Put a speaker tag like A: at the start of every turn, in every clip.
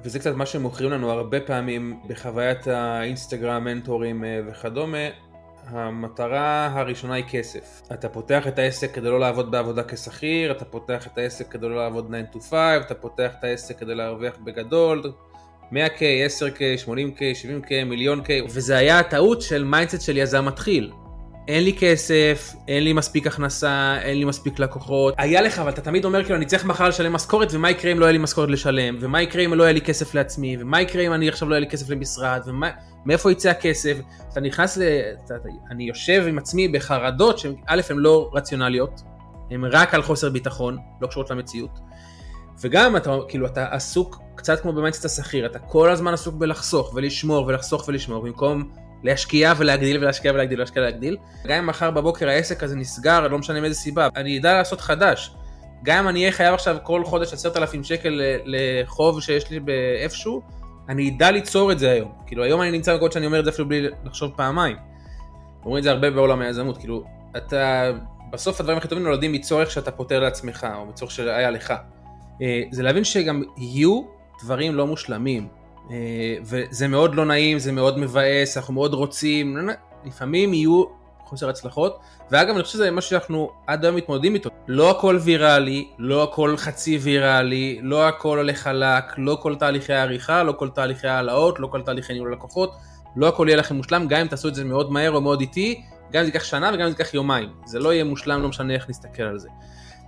A: וזה קצת מה שמוכרים לנו הרבה פעמים בחוויית האינסטגרם, מנטורים וכדומה, המטרה הראשונה היא כסף. אתה פותח את העסק כדי לא לעבוד בעבודה כשכיר, אתה פותח את העסק כדי לא לעבוד 9 to 5, אתה פותח את העסק כדי להרוויח בגדול, 100K, 10K, 80K, 70K, מיליון K, וזה היה הטעות של מיינדסט של יזם מתחיל. אין לי כסף, אין לי מספיק הכנסה, אין לי מספיק לקוחות. היה לך, אבל אתה תמיד אומר כאילו אני צריך מחר לשלם משכורת, ומה יקרה אם לא היה לי משכורת לשלם, ומה יקרה אם לא היה לי כסף לעצמי, ומה יקרה אם אני עכשיו לא היה לי כסף למשרד, ומאיפה יצא הכסף. אתה נכנס אני יושב עם עצמי בחרדות שא' הן לא רציונליות, הן רק על חוסר ביטחון, לא קשורות למציאות. וגם אתה עסוק קצת כמו במיינדסט השכיר, אתה כל הזמן עסוק בלחסוך ולשמור ולחסוך ולשמור, במקום להשקיע ולהגדיל ולהשקיע ולהגדיל ולהשקיע ולהגדיל. גם אם מחר בבוקר העסק הזה נסגר, לא משנה מאיזה סיבה, אני אדע לעשות חדש. גם אם אני אהיה חייב עכשיו כל חודש 10,000 שקל לחוב שיש לי באיפשהו, אני אדע ליצור את זה היום. כאילו היום אני נמצא בקוד שאני אומר את זה אפילו בלי לחשוב פעמיים. אומרים את זה הרבה בעולם היזמות, כאילו בסוף הדברים הכי טובים נולדים מצורך שאתה פותר לעצמך, או מצורך שהיה לך. זה להבין שגם יהיו דברים לא מושלמים. וזה מאוד לא נעים, זה מאוד מבאס, אנחנו מאוד רוצים, לפעמים יהיו חוסר הצלחות, ואגב אני חושב שזה משהו שאנחנו עד היום מתמודדים איתו, לא הכל ויראלי, לא הכל חצי ויראלי, לא הכל הולך חלק, לא כל תהליכי העריכה, לא כל תהליכי העלאות, לא כל תהליכי ניהול לקוחות, לא הכל יהיה לכם מושלם, גם אם תעשו את זה מאוד מהר או מאוד איטי, גם אם זה ייקח שנה וגם אם זה ייקח יומיים, זה לא יהיה מושלם, לא משנה איך נסתכל על זה.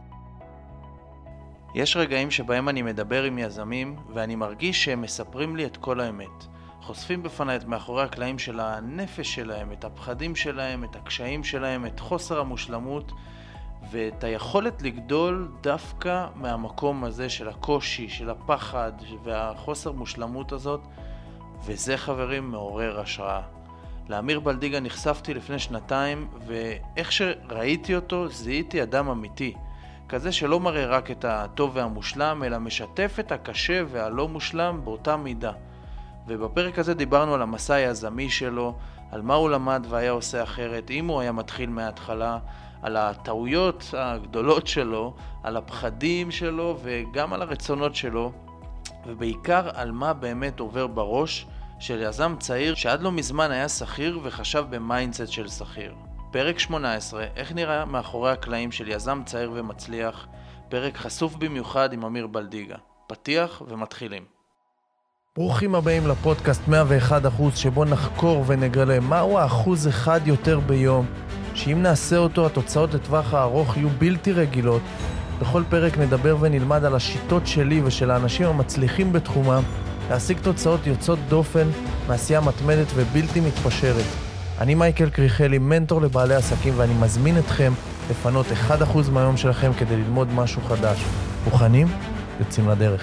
B: יש רגעים שבהם אני מדבר עם יזמים ואני מרגיש שהם מספרים לי את כל האמת. חושפים בפני את מאחורי הקלעים של הנפש שלהם, את הפחדים שלהם, את הקשיים שלהם, את חוסר המושלמות ואת היכולת לגדול דווקא מהמקום הזה של הקושי, של הפחד והחוסר מושלמות הזאת, וזה חברים מעורר השראה. לאמיר בלדיגה נחשפתי לפני 2 ואיך שראיתי אותו זיהיתי אדם אמיתי. כזה שלא מראה רק את הטוב והמושלם, אלא משתף את הקשה והלא מושלם באותה מידה. ובפרק הזה דיברנו על המסע היזמי שלו, על מה הוא למד והיה עושה אחרת, אם הוא היה מתחיל מההתחלה, על הטעויות הגדולות שלו, על הפחדים שלו וגם על הרצונות שלו, ובעיקר על מה באמת עובר בראש של יזם צעיר שעד לא מזמן היה שכיר וחשב במיינדסט של שכיר. פרק 18, איך נראה מאחורי הקלעים של יזם צעיר ומצליח, פרק חשוף במיוחד עם אמיר בלדיגה. פתיח ומתחילים.
C: ברוכים הבאים לפודקאסט 101%, שבו נחקור ונגלה מהו 1% יותר ביום, שאם נעשה אותו התוצאות לטווח הארוך יהיו בלתי רגילות. בכל פרק נדבר ונלמד על השיטות שלי ושל האנשים המצליחים בתחומם, להשיג תוצאות יוצאות דופן, מעשייה מתמדת ובלתי מתפשרת. אני מייקל קריכלי, מנטור לבעלי עסקים, ואני מזמין אתכם לפנות 1% מהיום שלכם כדי ללמוד משהו חדש. מוכנים? יוצאים לדרך.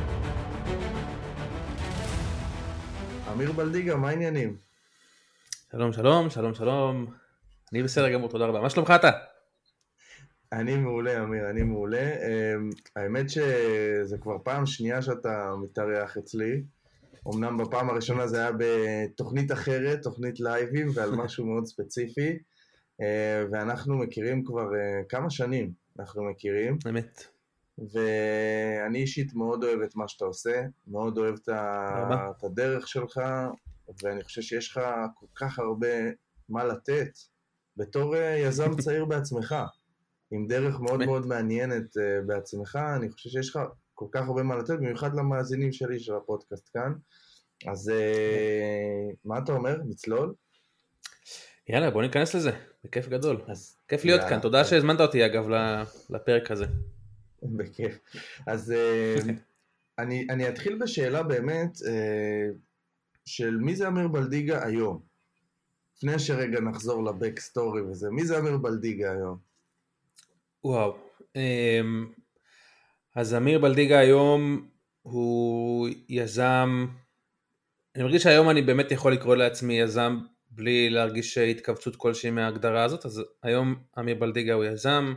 C: אמיר בלדיגה, מה העניינים?
A: שלום, שלום, שלום, שלום. אני בסדר גמור, תודה רבה. מה שלומך אתה?
C: אני מעולה, אמיר, אני מעולה. האמת שזה כבר פעם שנייה שאתה מתארח אצלי. אמנם בפעם הראשונה זה היה בתוכנית אחרת, תוכנית לייבים, ועל משהו מאוד ספציפי, ואנחנו מכירים כבר כמה שנים, אנחנו מכירים.
A: באמת.
C: ואני אישית מאוד אוהב את מה שאתה עושה, מאוד אוהב את הדרך שלך, ואני חושב שיש לך כל כך הרבה מה לתת, בתור יזם צעיר בעצמך, עם דרך מאוד מאוד מעניינת בעצמך, אני חושב שיש לך כל כך הרבה מה לתת, במיוחד למאזינים שלי של הפודקאסט כאן. אז מה אתה אומר? נצלול?
A: יאללה, בוא ניכנס לזה, בכיף גדול. כיף להיות כאן, תודה שהזמנת אותי אגב לפרק הזה.
C: בכיף. אז אני אתחיל בשאלה באמת, של מי זה אמיר בלדיגה היום? לפני שרגע נחזור לבק סטורי וזה, מי זה אמיר בלדיגה היום?
A: וואו. אז אמיר בלדיגה היום הוא יזם, אני מרגיש שהיום אני באמת יכול לקרוא לעצמי יזם בלי להרגיש התכווצות כלשהי מההגדרה הזאת, אז היום אמיר בלדיגה הוא יזם.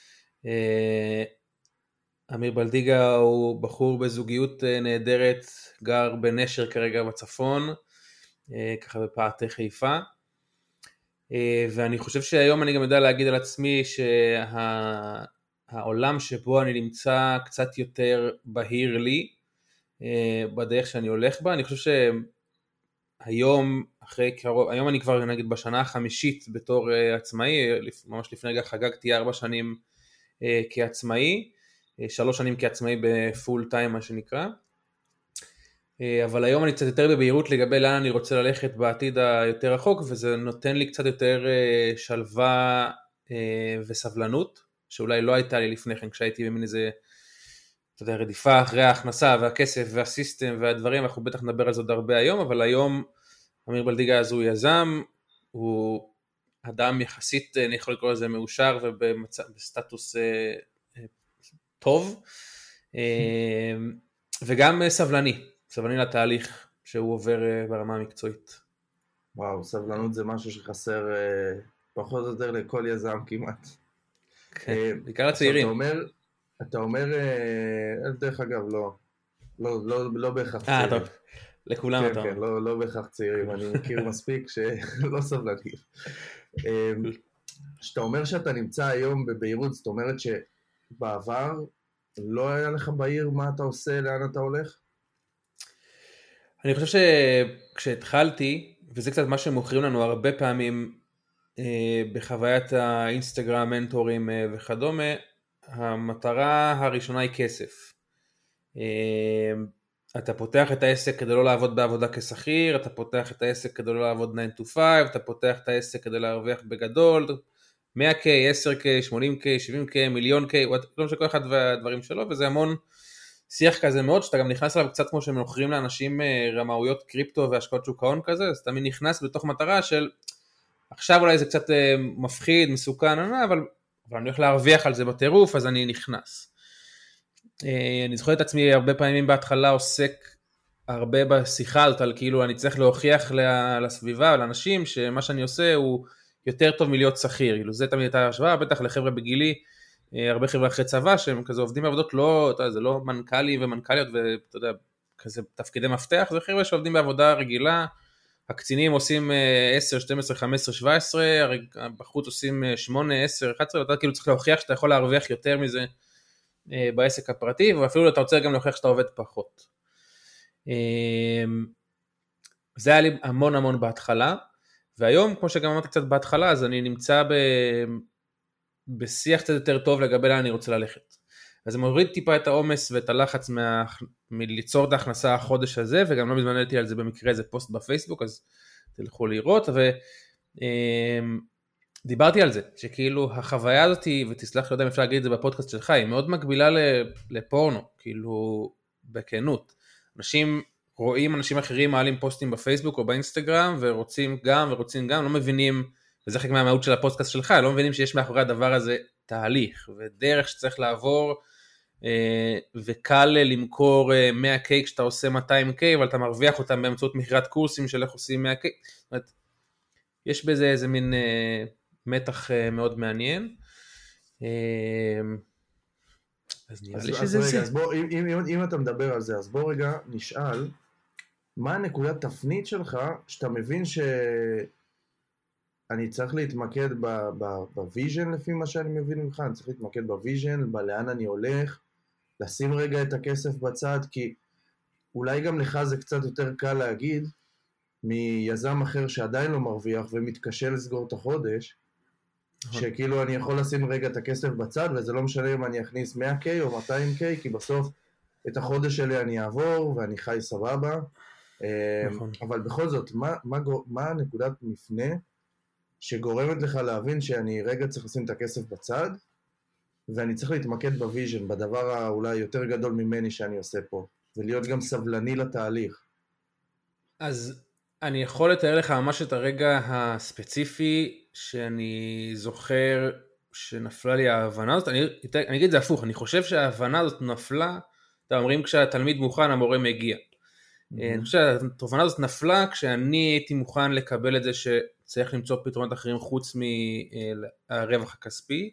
A: אמיר בלדיגה הוא בחור בזוגיות נהדרת, גר בנשר כרגע בצפון, ככה בפאתי חיפה, ואני חושב שהיום אני גם יודע להגיד על עצמי העולם שבו אני נמצא קצת יותר בהיר לי, בדרך שאני הולך בה. אני חושב שהיום, היום אני כבר נגיד בשנה החמישית בתור עצמאי, ממש לפני רגע חגגתי 4 שנים כעצמאי, 3 שנים כעצמאי בפול טיים מה שנקרא, אבל היום אני קצת יותר בבהירות לגבי לאן אני רוצה ללכת בעתיד היותר רחוק, וזה נותן לי קצת יותר שלווה וסבלנות, שאולי לא הייתה לי לפני כן כשהייתי במין איזה, אתה יודע, רדיפה אחרי ההכנסה והכסף והסיסטם והדברים, אנחנו בטח נדבר על זה עוד הרבה היום, אבל היום אמיר בלדיגה אז הוא יזם, הוא אדם יחסית, אני יכול לקרוא לזה מאושר ובסטטוס טוב, וגם סבלני לתהליך שהוא עובר ברמה המקצועית.
C: וואו, סבלנות זה משהו שחסר פחות או יותר לכל יזם כמעט.
A: כן, בעיקר לצעירים.
C: אתה אומר, דרך אגב, לא בהכרח צעירים.
A: טוב, לכולם אתה אומר.
C: כן, לא בהכרח צעירים, אני מכיר מספיק שלא סבלנים. שאתה אומר שאתה נמצא היום בבהירות, זאת אומרת שבעבר לא היה לך בהיר מה אתה עושה, לאן אתה הולך?
A: אני חושב שכשהתחלתי, וזה קצת מה שמוכרים לנו הרבה פעמים בחוויית האינסטגרם, מנטורים וכדומה, המטרה הראשונה היא כסף. אתה פותח את העסק כדי לא לעבוד בעבודה כשכיר, אתה פותח את העסק כדי לא לעבוד 9 to 5, אתה פותח את העסק כדי להרוויח בגדול, 100K, 10K, 80K, 70K, מיליון K, לא משנה כל אחד והדברים שלו, וזה המון שיח כזה מאוד, שאתה גם נכנס אליו קצת כמו שמוכרים לאנשים רמאויות קריפטו והשקעות שוק ההון כזה, אז אתה תמיד נכנס בתוך מטרה של, עכשיו אולי זה קצת מפחיד, מסוכן, אבל אני הולך להרוויח על זה בטירוף, אז אני נכנס. אני זוכר את עצמי הרבה פעמים בהתחלה עוסק הרבה בשיחה הזאת, על כאילו אני צריך להוכיח לסביבה, לאנשים, שמה שאני עושה הוא יותר טוב מלהיות שכיר, כאילו זה תמיד הייתה השוואה, בטח לחבר'ה בגילי, הרבה חבר'ה אחרי צבא, שהם כזה עובדים בעבודות לא, זה לא מנכ"לים ומנכ"ליות, ואתה יודע, כזה תפקידי מפתח, זה חבר'ה שעובדים בעבודה רגילה, הקצינים עושים 10, 12, 15, 17, בחוץ עושים 8, 10, 11, ואתה כאילו צריך להוכיח שאתה יכול להרוויח יותר מזה בעסק הפרטי, ואפילו אתה רוצה גם להוכיח שאתה עובד פחות. זה היה לי המון בהתחלה, והיום, כמו שגם אמרתי קצת בהתחלה, אז אני נמצא בשיח קצת יותר טוב לגבי לאן אני רוצה ללכת. אז זה מוריד טיפה את העומס ואת הלחץ מליצור את ההכנסה החודש הזה, וגם לא מזמן העליתי על זה במקרה איזה פוסט בפייסבוק, אז תלכו לראות, ודיברתי על זה, שכאילו החוויה הזאת, ותסלח לי, לא יודע אם אפשר להגיד את זה בפודקאסט שלך, היא מאוד מקבילה לפורנו, כאילו בכנות. אנשים רואים אנשים אחרים מעלים פוסטים בפייסבוק או באינסטגרם, ורוצים גם, לא מבינים, וזה חלק מהמהות של הפודקאסט שלך, לא מבינים שיש מאחורי הדבר הזה תהליך, ודרך שצריך לעבור, וקל למכור 100K כשאתה עושה 200K, אבל אתה מרוויח אותם באמצעות מכירת קורסים של איך עושים 100K, זאת אומרת, יש בזה איזה מין מתח מאוד מעניין. אז נראה לי שזה זה.
C: אז בוא, אם אתה מדבר על זה, אז בוא רגע נשאל, מה הנקודת תפנית שלך, שאתה מבין שאני צריך להתמקד בוויז'ן, לפי מה שאני מבין ממך, אני צריך להתמקד בוויז'ן, בלאן אני הולך, לשים רגע את הכסף בצד, כי אולי גם לך זה קצת יותר קל להגיד, מיזם אחר שעדיין לא מרוויח ומתקשה לסגור את החודש, שכאילו אני יכול לשים רגע את הכסף בצד, וזה לא משנה אם אני אכניס 100K או 200K, כי בסוף את החודש שלי אני אעבור ואני חי סבבה. אבל בכל זאת, מה נקודת מפנה שגורמת לך להבין שאני רגע צריך לשים את הכסף בצד, ואני צריך להתמקד בוויז'ן, בדבר האולי יותר גדול ממני שאני עושה פה, ולהיות גם סבלני לתהליך.
A: אז אני יכול לתאר לך ממש את הרגע הספציפי שאני זוכר שנפלה לי ההבנה הזאת. אני אגיד את זה הפוך, אני חושב שההבנה הזאת נפלה, אתם אומרים כשהתלמיד מוכן המורה מגיע. אני חושב שהתובנה הזאת נפלה כשאני הייתי מוכן לקבל את זה שצריך למצוא פתרונות אחרים חוץ מהרווח הכספי.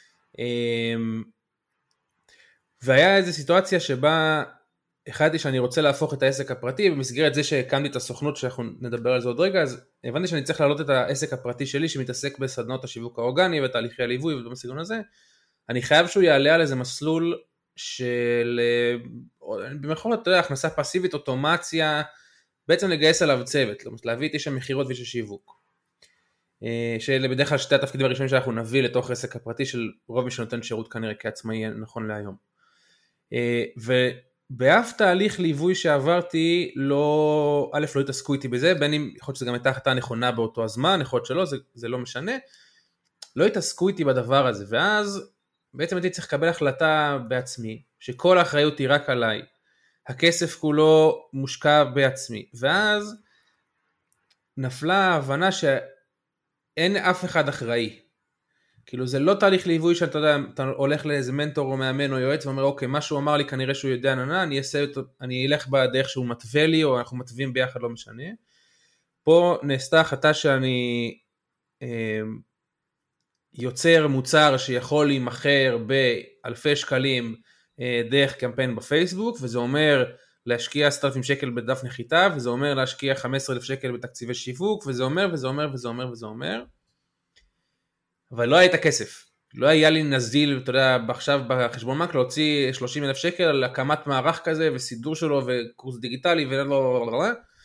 A: והיה איזו סיטואציה שבה החלטתי שאני רוצה להפוך את העסק הפרטי, במסגרת זה שהקמתי את הסוכנות שאנחנו נדבר על זה עוד רגע, אז הבנתי שאני צריך להעלות את העסק הפרטי שלי שמתעסק בסדנות השיווק האורגני ותהליכי הליווי ובסגנון הזה, אני חייב שהוא יעלה על איזה מסלול של במרכאות, אתה יודע, הכנסה פסיבית, אוטומציה, בעצם לגייס עליו צוות, להביא את איש המחירות ואיש השיווק. שאלה בדרך כלל שתי התפקידים הראשונים שאנחנו נביא לתוך עסק הפרטי של רוב מי שנותן שירות כנראה כעצמאי נכון להיום. ובאף תהליך ליווי שעברתי, לא התעסקו איתי בזה, בין אם יכול להיות שזה גם הייתה החלטה נכונה באותו הזמן, יכול להיות שלא, זה לא משנה, לא התעסקו איתי בדבר הזה, ואז בעצם הייתי צריך לקבל החלטה בעצמי, שכל האחריות היא רק עליי, הכסף כולו מושקע בעצמי, ואז נפלה ההבנה שאין אף אחד אחראי, כאילו זה לא תהליך ליווי שאתה יודע, אתה הולך לאיזה מנטור או מאמן או יועץ ואומר אוקיי, מה שהוא אמר לי כנראה שהוא יודע ננה, אני אלך בדרך שהוא מתווה לי או אנחנו מתווים ביחד, לא משנה. פה נעשתה החלטה שאני יוצר מוצר שיכול להימכר באלפי שקלים דרך קמפיין בפייסבוק, וזה אומר להשקיע 10,000 שקל בדף נחיתה, וזה אומר להשקיע 15,000 שקל בתקציבי שיווק, וזה אומר וזה אומר וזה אומר וזה אומר. אבל לא היה את הכסף, לא היה לי נזיל, אתה יודע, עכשיו בחשבון בנק להוציא 30,000 שקל על הקמת מערך כזה וסידור שלו וקורס דיגיטלי ולא,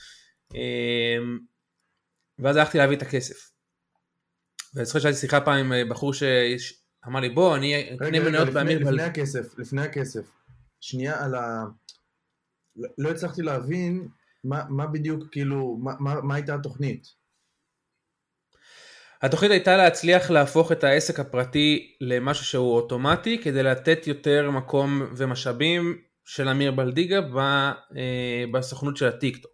A: ואז הלכתי להביא את הכסף. ואני זוכר שהייתי שיחה פעם עם בחור שאמר לי בוא, אני אקנה מניות באמיר.
C: לפני הכסף, שנייה על לא הצלחתי להבין מה בדיוק, כאילו, מה הייתה התוכנית?
A: התוכנית הייתה להצליח להפוך את העסק הפרטי למשהו שהוא אוטומטי, כדי לתת יותר מקום ומשאבים של אמיר בלדיגה בסוכנות של הטיקטוק.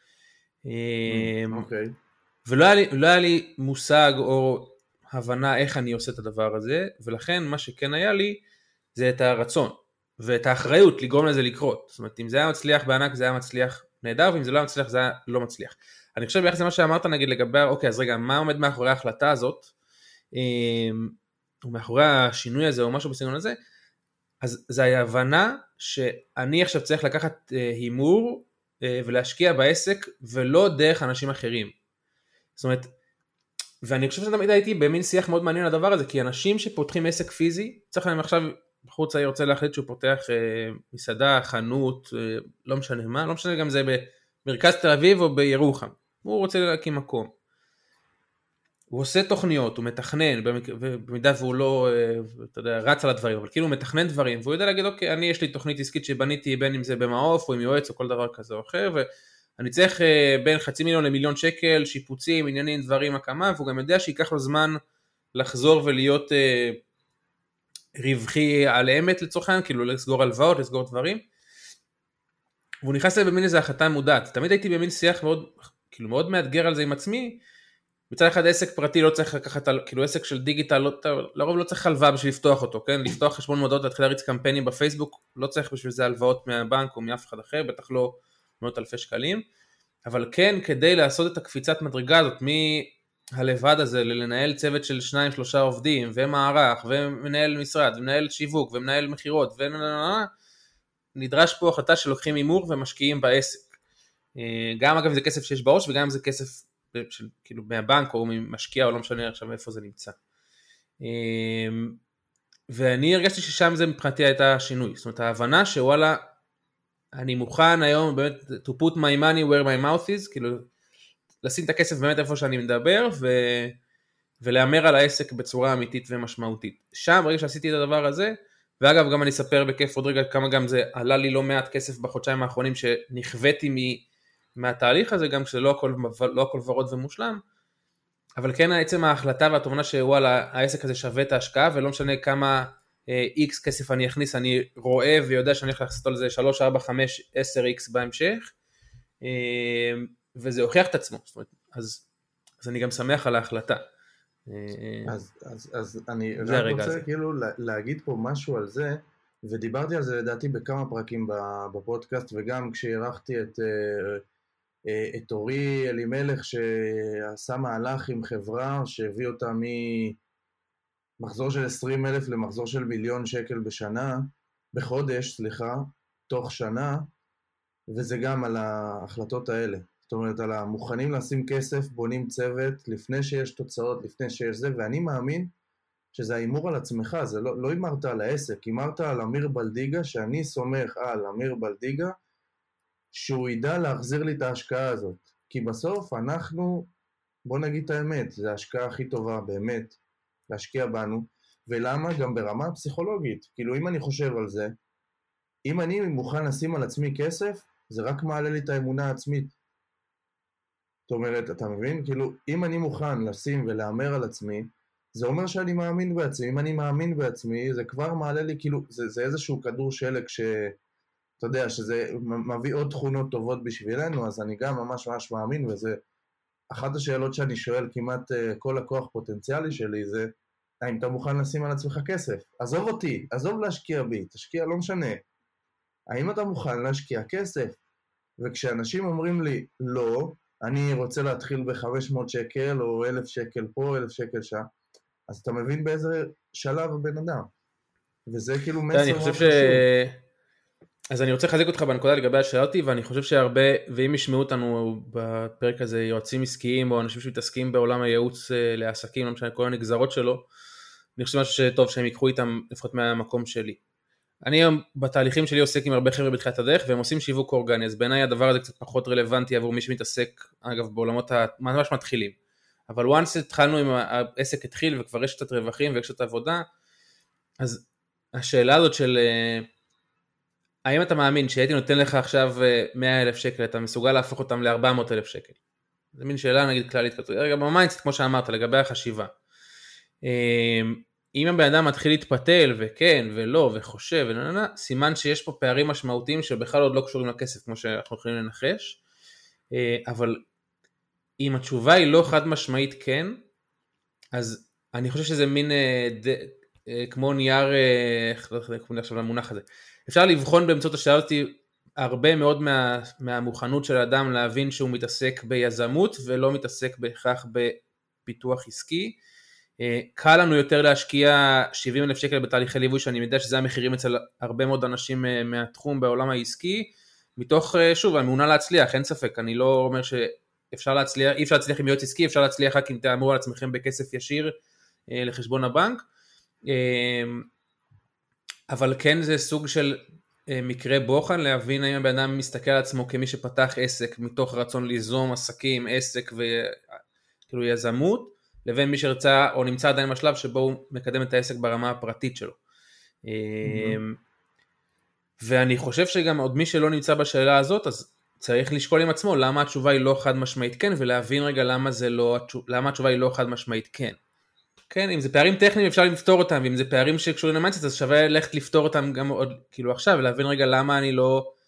C: אוקיי.
A: ולא היה לי מושג או הבנה איך אני עושה את הדבר הזה, ולכן מה שכן היה לי זה את הרצון ואת האחריות לגרום לזה לקרות. זאת אומרת, אם זה היה מצליח בענק זה היה מצליח נהדר, ואם זה לא היה מצליח זה היה לא מצליח. אני חושב ביחס למה שאמרת נגיד לגבי, אוקיי, אז רגע, מה עומד מאחורי ההחלטה הזאת, ומאחורי השינוי הזה או משהו בסגנון הזה, אז זה היה הבנה שאני עכשיו צריך לקחת הימור ולהשקיע בעסק ולא דרך אנשים אחרים. זאת אומרת, ואני חושב שתמיד הייתי במין שיח מאוד מעניין לדבר הזה, כי אנשים שפותחים עסק פיזי, צריך להם עכשיו, בחור צעיר רוצה להחליט שהוא פותח מסעדה, חנות, לא משנה מה, לא משנה גם זה במרכז תל אביב או בירוחם, הוא רוצה להקים מקום. הוא עושה תוכניות, הוא מתכנן, במידה והוא לא, אתה יודע, רץ על הדברים, אבל כאילו הוא מתכנן דברים, והוא יודע להגיד, אוקיי, אני יש לי תוכנית עסקית שבניתי, בין אם זה במעוף או עם יועץ או כל דבר כזה או אחר, ואני צריך בין 500,000 ל1,000,000 שקל, שיפוצים, עניינים, דברים, הקמה, והוא גם יודע שיקח לו זמן לחזור ולהיות רווחי על אמת לצורך העניין, כאילו לסגור הלוואות, לסגור דברים, והוא נכנס במין איזה החלטה מודעת. תמיד הייתי במין שיח מאוד, כאילו מאוד מאתגר על זה עם עצמי. מצד אחד עסק פרטי לא צריך לקחת, כאילו עסק של דיגיטל, לרוב לא צריך הלוואה בשביל לפתוח אותו, כן? לפתוח חשבון מודעות, להתחיל להריץ קמפיינים בפייסבוק, לא צריך בשביל זה הלוואות מהבנק או מאף אחד אחר, בטח לא מאות אלפי שקלים. אבל כן, כדי לעשות את הקפיצת מדרגה הזאת, מהלבד הזה לנהל צוות של 2-3 עובדים, ומערך, ומנהל משרד, ומנהל שיווק, ומנהל מחירות, נדרש פה החלטה שלוקחים הימור ומשקיעים בעסק. גם אגב זה כסף שיש בראש, וגם זה כסף של, כאילו מהבנק או ממשקיע, או לא משנה עכשיו איפה זה נמצא. ואני הרגשתי ששם זה מבחינתי הייתה שינוי. זאת אומרת, ההבנה שוואלה, אני מוכן היום באמת to put my money where my mouth is, כאילו לשים את הכסף באמת איפה שאני מדבר, ולאמר על העסק בצורה אמיתית ומשמעותית. שם ברגע שעשיתי את הדבר הזה, ואגב גם אני אספר בכיף עוד רגע כמה גם זה עלה לי לא מעט כסף בחודשיים האחרונים שנכוויתי מהתהליך הזה, גם כשזה לא הכל ורוד ומושלם, אבל כן עצם ההחלטה והתובנה שוואלה העסק הזה שווה את ההשקעה, ולא משנה כמה X כסף אני אכניס, אני רואה ויודע שאני הולך לעשות על זה 3, 4, 5, 10X בהמשך, וזה הוכיח את עצמו, זאת אומרת, אז אני גם שמח על ההחלטה.
C: אז אני רק רוצה כאילו להגיד פה משהו על זה, ודיברתי על זה לדעתי בכמה פרקים בפודקאסט, וגם כשערכתי את אורי אלימלך שעשה מהלך עם חברה שהביא אותה ממחזור של 20,000 למחזור של 1,000,000 שקל בחודש, תוך שנה, וזה גם על ההחלטות האלה. זאת אומרת, על המוכנים לשים כסף, בונים צוות, לפני שיש תוצאות, לפני שיש זה, ואני מאמין שזה האימור על עצמך, זה לא אימרת על העסק, אימרת על אמיר בלדיגה, שאני סומך על אמיר בלדיגה, שהוא ידע להחזיר לי את ההשקעה הזאת. כי בסוף אנחנו, בוא נגיד את האמת, זה ההשקעה הכי טובה באמת, להשקיע בנו, ולמה? גם ברמה פסיכולוגית. כאילו אם אני חושב על זה, אם אני מוכן לשים על עצמי כסף, זה רק מעלה לי את האמונה העצמית. זאת אומרת, אתה מבין? כאילו, אם אני מוכן לשים ולאמר על עצמי, זה אומר שאני מאמין בעצמי. אם אני מאמין בעצמי, זה כבר מעלה לי, כאילו, זה איזשהו כדור שלג אתה יודע, שזה מביא עוד תכונות טובות בשבילנו, אז אני גם ממש ממש מאמין, וזה אחת השאלות שאני שואל כמעט כל לקוח פוטנציאלי שלי, זה האם אתה מוכן לשים על עצמך כסף? עזוב אותי, עזוב להשקיע בי, תשקיע, לא משנה. האם אתה מוכן להשקיע כסף? וכשאנשים אומרים לי, לא, אני רוצה להתחיל ב-500 שקל, או 1,000 שקל פה, 1,000 שקל שם, אז אתה מבין באיזה שלב הבן אדם. וזה כאילו מסר מאוד חשוב.
A: אז אני רוצה לחזק אותך בנקודה לגבי השאלה אותי, ואני חושב שהרבה, ואם ישמעו אותנו בפרק הזה, יועצים עסקיים, או אנשים שמתעסקים בעולם הייעוץ לעסקים, לא משנה כל הנגזרות שלו, אני חושב משהו שטוב שהם ייקחו איתם, לפחות מהמקום שלי. אני היום בתהליכים שלי עוסק עם הרבה חבר'ה בתחילת הדרך, והם עושים שיווק אורגני, אז בעיניי הדבר הזה קצת פחות רלוונטי עבור מי שמתעסק, אגב, בעולמות ממש מתחילים. אבל once התחלנו עם העסק התחיל, וכבר יש קצת רווחים ויש קצת עבודה, אז השאלה הזאת של האם אתה מאמין שהייתי נותן לך עכשיו 100,000 שקל, אתה מסוגל להפוך אותם ל-400,000 שקל? זה מין שאלה נגיד כללית כזאת, רגע במיינדסט כמו שאמרת לגבי החשיבה. אם הבן אדם מתחיל להתפתל וכן ולא וחושב סימן שיש פה פערים משמעותיים שבכלל עוד לא קשורים לכסף כמו שאנחנו יכולים לנחש, אבל אם התשובה היא לא חד משמעית כן, אז אני חושב שזה מין כמו נייר, איך לא יודע עכשיו למונח הזה, אפשר לבחון באמצעות השאלה הזאת הרבה מאוד מהמוכנות של האדם להבין שהוא מתעסק ביזמות ולא מתעסק בהכרח בפיתוח עסקי. קל לנו יותר להשקיע 70,000 שקל בתהליכי ליווי, שאני יודע שזה המחירים אצל הרבה מאוד אנשים מהתחום בעולם העסקי, מתוך, שוב, האמונה להצליח, אין ספק, אני לא אומר שאפשר להצליח, אי אפשר להצליח עם יועץ עסקי, אפשר להצליח רק אם תאמרו על עצמכם בכסף ישיר לחשבון הבנק, אבל כן זה סוג של מקרה בוחן, להבין האם הבן אדם מסתכל על עצמו כמי שפתח עסק, מתוך רצון ליזום עסקים, עסק וכאילו יזמות, לבין מי שרצה או נמצא עדיין בשלב שבו הוא מקדם את העסק ברמה הפרטית שלו. ואני חושב שגם עוד מי שלא נמצא בשאלה הזאת, אז צריך לשקול עם עצמו למה התשובה היא לא חד משמעית כן, ולהבין רגע למה התשובה היא לא חד משמעית כן. כן, אם זה פערים טכניים אפשר לפתור אותם, ואם זה פערים שקשורים למיינדסט, אז שווה ללכת לפתור אותם גם עוד, כאילו עכשיו, ולהבין רגע למה אני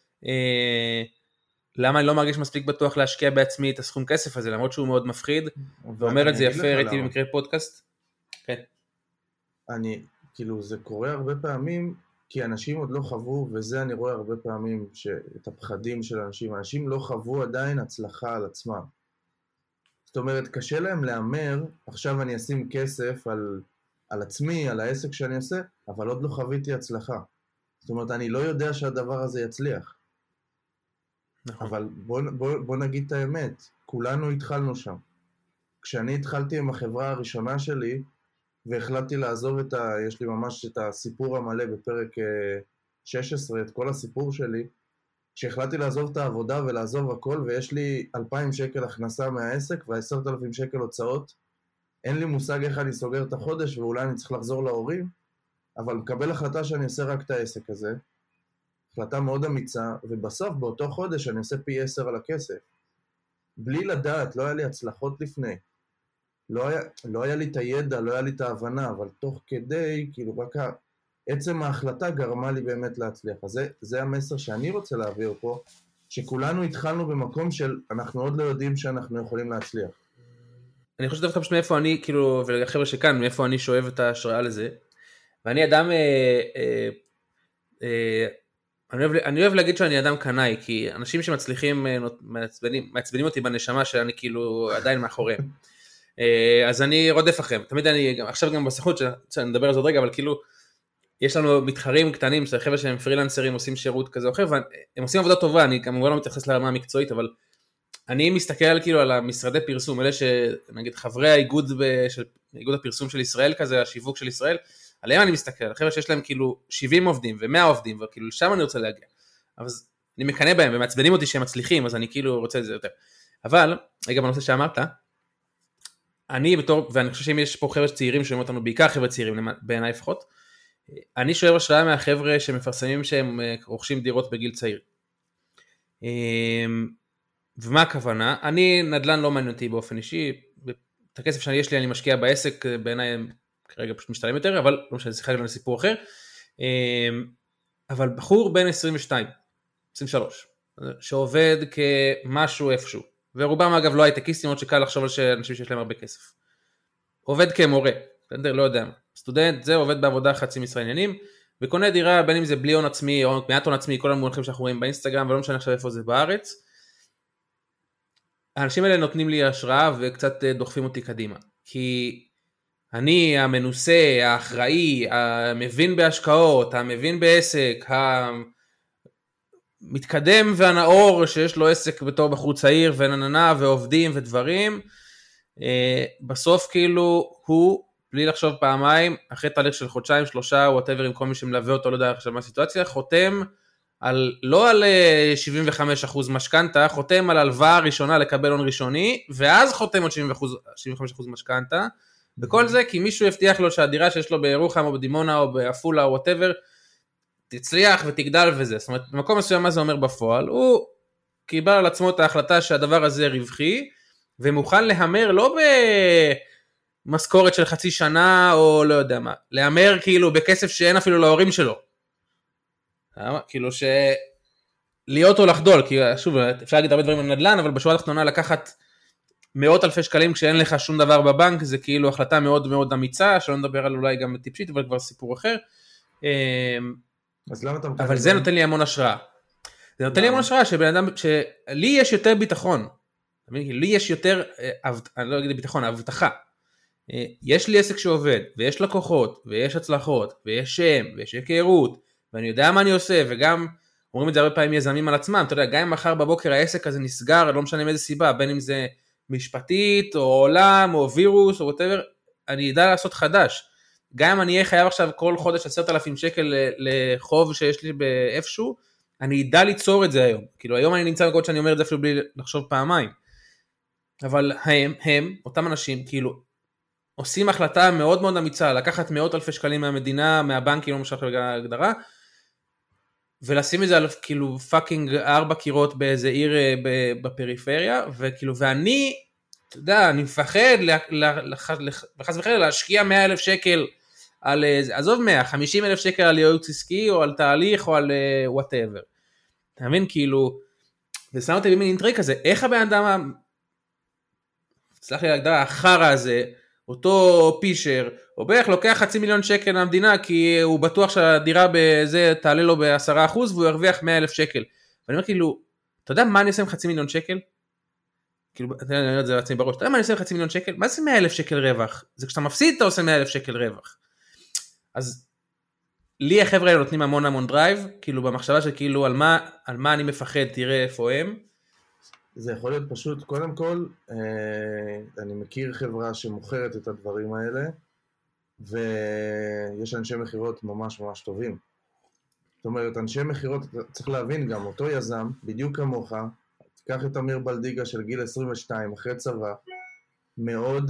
A: לא מרגיש מספיק בטוח להשקיע בעצמי את הסכום כסף הזה, למרות שהוא מאוד מפחיד, ואומר את זה יפה, ראיתי במקרה פודקאסט. כן.
C: כאילו זה קורה הרבה פעמים, כי אנשים עוד לא חוו, וזה אני רואה הרבה פעמים, את הפחדים של אנשים לא חוו עדיין הצלחה על עצמם. זאת אומרת, קשה להם לאמר, עכשיו אני אשים כסף על עצמי, על העסק שאני עושה, אבל עוד לא חוויתי הצלחה. זאת אומרת, אני לא יודע שהדבר הזה יצליח. נכון. אבל בוא נגיד את האמת, כולנו התחלנו שם. כשאני התחלתי עם החברה הראשונה שלי, והחלטתי לעזוב יש לי ממש את הסיפור המלא בפרק 16, את כל הסיפור שלי, כשהחלטתי לעזוב את העבודה ולעזוב הכל, ויש לי 2,000 שקל הכנסה מהעסק, ו10,000 שקל הוצאות, אין לי מושג איך אני סוגר את החודש, ואולי אני צריך לחזור להורים, אבל מקבל החלטה שאני עושה רק את העסק הזה, החלטה מאוד אמיצה, ובסוף באותו חודש אני עושה פי 10 על הכסף. בלי לדעת, לא היה לי הצלחות לפני. לא היה לי את הידע, לא היה לי את ההבנה, אבל תוך כדי, כאילו רק עצם ההחלטה גרמה לי באמת להצליח. אז זה המסר שאני רוצה להעביר פה, שכולנו התחלנו במקום של אנחנו עוד לא יודעים שאנחנו יכולים להצליח.
A: אני חושב דווקא פשוט מאיפה אני, כאילו, ולחבר'ה שכאן, מאיפה אני שואב את ההשראה לזה. ואני אדם, אני אוהב להגיד שאני אדם קנאי, כי אנשים שמצליחים מעצבנים אותי בנשמה שאני כאילו עדיין מאחוריהם. אז אני רודף אחריהם. תמיד אני, עכשיו גם בסוכנות, שאני מדבר על זה עוד רגע, אבל כאילו, יש לנו מתחרים קטנים, חבר'ה שהם פרילנסרים, עושים שירות כזה או אחר, והם עושים עבודה טובה, אני כמובן לא מתייחס לרמה המקצועית, אבל אני מסתכל כאילו על המשרדי פרסום, אלה שנגיד חברי האיגוד איגוד הפרסום של ישראל כזה, השיווק של ישראל, עליהם אני מסתכל, החבר'ה שיש להם כאילו 70 עובדים ו100 עובדים, וכאילו לשם אני רוצה להגיע. אבל אני מקנא בהם ומעצבנים אותי שהם מצליחים, אז אני כאילו רוצה את זה יותר. אבל, רגע בנושא שאמרת, ואני חושב שאם יש פה חבר'ה צעירים שומעים אותנו, בעיקר חבר'ה צעירים בעיניי לפחות, אני שואב השראה מהחבר'ה שמפרסמים שהם רוכשים דירות בגיל צעיר. ומה הכוונה? אני נדל"ן לא מעניין אותי באופן אישי, את הכסף שיש לי אני משקיע בעסק, בעיניי כרגע פשוט משתלם יותר, אבל לא משנה, זה חלק לסיפור אחר. אבל בחור בין 22, 23, שעובד כמשהו איפשהו, ורובם אגב לא הייטקיסטים, עוד שקל לחשוב על אנשים שיש להם הרבה כסף. עובד כמורה, לא יודע מה, סטודנט, זה עובד בעבודה חצי משרה עניינים, וקונה דירה בין אם זה בלי הון עצמי, או מעט הון עצמי, כל המונחים שאנחנו רואים באינסטגרם, ולא משנה עכשיו איפה זה בארץ. האנשים האלה נותנים לי השראה, וקצת דוחפים אותי קדימה. כי אני המנוסה, האחראי, המבין בהשקעות, המבין בעסק, המתקדם והנאור, שיש לו עסק בתור בחור צעיר, ונננה ועובדים ודברים, בסוף כאילו הוא, בלי לחשוב פעמיים, אחרי תהליך של חודשיים, 3, whatever, עם כל מי שמלווה אותו, לא יודע עכשיו מה הסיטואציה, חותם לא על 75% משכנתה, חותם על הלוואה ראשונה לקבל הון ראשוני, ואז חותם על 75% משכנתה, בכל זה כי מישהו הבטיח לו שהדירה שיש לו בירוחם או בדימונה או באפולה או whatever, תצליח ותגדל וזה. זאת אומרת, במקום מסוים מה זה אומר בפועל, הוא קיבל על עצמו את ההחלטה שהדבר הזה רווחי, ומוכן להמר לא במשכורת של חצי שנה או לא יודע מה, להמר כאילו בכסף שאין אפילו להורים שלו. כאילו להיות או לחדול, כי שוב, אפשר להגיד הרבה דברים על נדל"ן, אבל בשורה התחתונה לקחת מאות אלפי שקלים כשאין לך שום דבר בבנק, זה כאילו החלטה מאוד מאוד אמיצה, שלא נדבר על אולי גם טיפשית, אבל כבר סיפור אחר.
C: אז למה אתה מקדם?
A: אבל זה נותן לי המון השראה. זה נותן לי המון השראה שבן אדם, שלי יש יותר ביטחון, לי יש יותר, אני לא אגיד ביטחון, הבטחה. יש לי עסק שעובד, ויש לקוחות, ויש הצלחות, ויש שם, ויש היכרות, ואני יודע מה אני עושה, וגם אומרים את זה הרבה פעמים יזמים על עצמם, אתה יודע, גם אם מחר בבוקר העסק הזה נסגר, לא משנה מאיזה סיבה, בין אם זה משפטית, או עולם, או וירוס, או whatever, אני ידע לעשות חדש. גם אם אני אהיה חייב עכשיו כל חודש 10,000 שקל לחוב שיש לי באיפשהו, אני ידע ליצור את זה היום. כאילו היום אני נמצא בקוד שאני אומר את זה אפילו בלי לחשוב פעמיים. אבל הם, אותם אנשים, כאילו, עושים החלטה מאוד מאוד אמיצה, לקחת מאות אלפי שקלים מהמדינה, מהבנקים, לא משנה רגע הגדרה, ולשים את זה על כאילו פאקינג 4 קירות באיזה עיר בפריפריה, וכאילו, ואני, אתה יודע, אני מפחד לחס וחלילה להשקיע 100,000 שקל על, עזוב 100, 50,000 שקל על ייעוץ עסקי, או על תהליך, או על whatever. אתה מבין, כאילו, ושם אותי במין אינטריק הזה, איך הבן אדם, סלח לי להגדרה, החרא הזה, אותו פישר, או בערך לוקח 500,000 שקל מהמדינה, כי הוא בטוח שהדירה בזה תעלה לו ב10%, והוא ירוויח 100,000 שקל. ואני אומר כאילו, אתה יודע מה אני עושה עם 500,000 שקל? כאילו, אני אומר את זה לעצמי בראש, אתה יודע מה אני עושה עם 500,000 שקל? מה זה 100,000 שקל רווח? זה כשאתה מפסיד אתה עושה 100,000 שקל רווח. אז לי החבר'ה האלה נותנים המון המון דרייב, כאילו במחשבה שכאילו על מה אני מפחד, תראה איפה הם.
C: זה יכול להיות פשוט, קודם כל, אני מכיר חברה שמוכרת את הדברים האלה, ויש אנשי מחירות ממש ממש טובים. זאת אומרת, אנשי מחירות, צריך להבין גם, אותו יזם, בדיוק כמוך, תיקח את אמיר בלדיגה של גיל 22, אחרי צבא, מאוד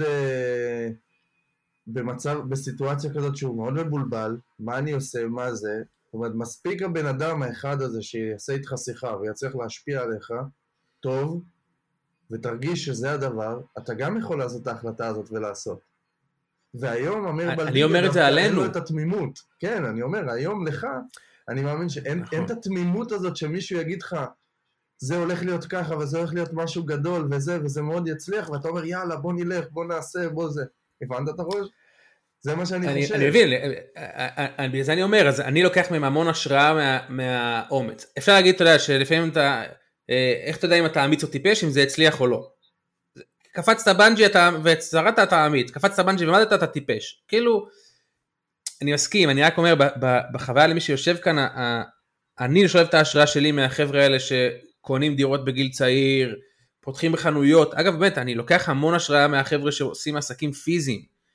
C: בסיטואציה כזאת שהוא מאוד מבולבל, מה אני עושה, מה זה, זאת אומרת, מספיק הבן אדם האחד הזה שיעשה איתך שיחה ויצליח להשפיע עליך, טוב, ותרגיש שזה הדבר, אתה גם יכול לעשות את ההחלטה הזאת ולעשות. והיום אמיר בלדיגה,
A: אני אומר את זה עלינו.
C: אין לו את התמימות. כן, אני אומר, היום לך, אני מאמין שאין את התמימות הזאת שמישהו יגיד לך, זה הולך להיות ככה, וזה הולך להיות משהו גדול, וזה מאוד יצליח, ואתה אומר, יאללה, בוא נלך, בוא נעשה, בוא זה. הבנת את הראש? זה מה שאני חושב.
A: אני מבין, בגלל זה אני אומר, אז אני לוקח מהם המון השראה מהאומץ. אפשר להגיד, אתה יודע, שלפעמים אתה, איך אתה יודע אם אתה אמיץ או טיפש, אם זה הצליח או לא. קפצת בנג'י וצרדת אתה אמיץ, קפצת בנג'י ומדת אתה טיפש. כאילו, אני מסכים, אני רק אומר, בחוויה למי שיושב כאן, אני שואב את ההשראה שלי מהחבר'ה האלה שקונים דירות בגיל צעיר, פותחים בחנויות. אגב, באמת, אני לוקח המון השראה מהחבר'ה שעושים עסקים פיזיים.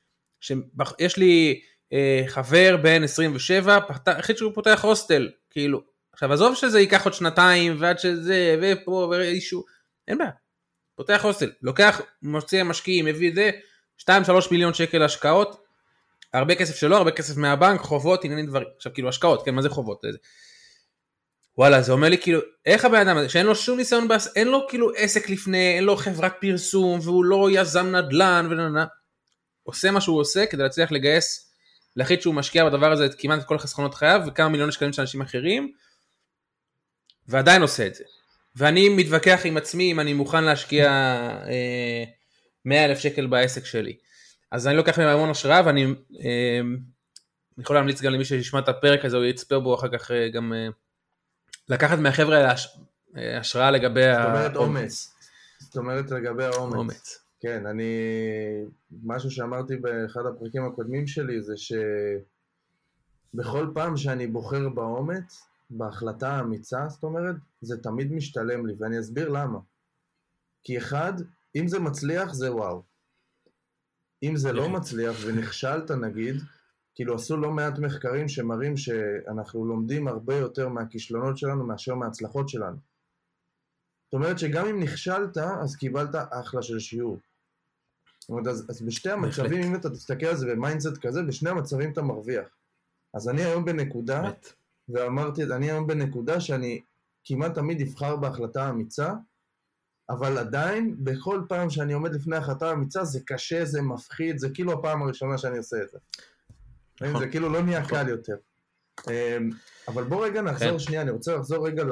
A: יש לי חבר בן 27, החליט שהוא פותח הוסטל, כאילו, עכשיו עזוב שזה ייקח עוד שנתיים, ועד שזה, ופה, ואישו, אין בעיה, פותח הוסטל, לוקח, מוציא משקיעים, מביא את זה, 2-3 מיליון שקל השקעות, הרבה כסף שלו, הרבה כסף מהבנק, חובות, עניינים דברים, עכשיו כאילו השקעות, כן, מה זה חובות? וואלה, זה אומר לי כאילו, איך הבן אדם הזה, שאין לו שום ניסיון, אין לו כאילו עסק לפני, אין לו חברת פרסום, והוא לא יזם נדל"ן, עושה מה שהוא עושה, כדי להצליח לגייס, להחליט שהוא משקיע בדבר הזה, כמעט את כל החסכונות חייו, וכמה מיליוני שקלים של אנשים אחרים, ועדיין עושה את זה. ואני מתווכח עם עצמי, אם אני מוכן להשקיע 100,000 שקל בעסק שלי. אז אני לוקח מהמון השראה, ואני יכול להמליץ גם למי שישמע את הפרק הזה, הוא יצפה בו אחר כך גם לקחת מהחבר'ה השראה לגבי
C: האומץ. זאת אומרת לגבי האומץ. כן, משהו שאמרתי באחד הפרקים הקודמים שלי, זה שבכל פעם שאני בוחר באומץ, בהחלטה האמיצה, זאת אומרת, זה תמיד משתלם לי, ואני אסביר למה. כי אחד, אם זה מצליח, זה וואו. אם זה לא מצליח ונכשלת נגיד, כאילו עשו לא מעט מחקרים שמראים שאנחנו לומדים הרבה יותר מהכישלונות שלנו מאשר מההצלחות שלנו. זאת אומרת שגם אם נכשלת, אז קיבלת אחלה של שיעור. זאת אומרת, אז בשתי המצבים, אם אתה תסתכל על זה במיינדסט כזה, בשני המצבים אתה מרוויח. אז אני היום בנקודה, ואמרתי, אני היום בנקודה שאני כמעט תמיד אבחר בהחלטה אמיצה, אבל עדיין, בכל פעם שאני עומד לפני החלטה אמיצה, זה קשה, זה מפחיד, זה כאילו הפעם הראשונה שאני עושה את זה. זה כאילו לא נהיה קל יותר. אבל בוא רגע נחזור שנייה, אני רוצה לחזור רגע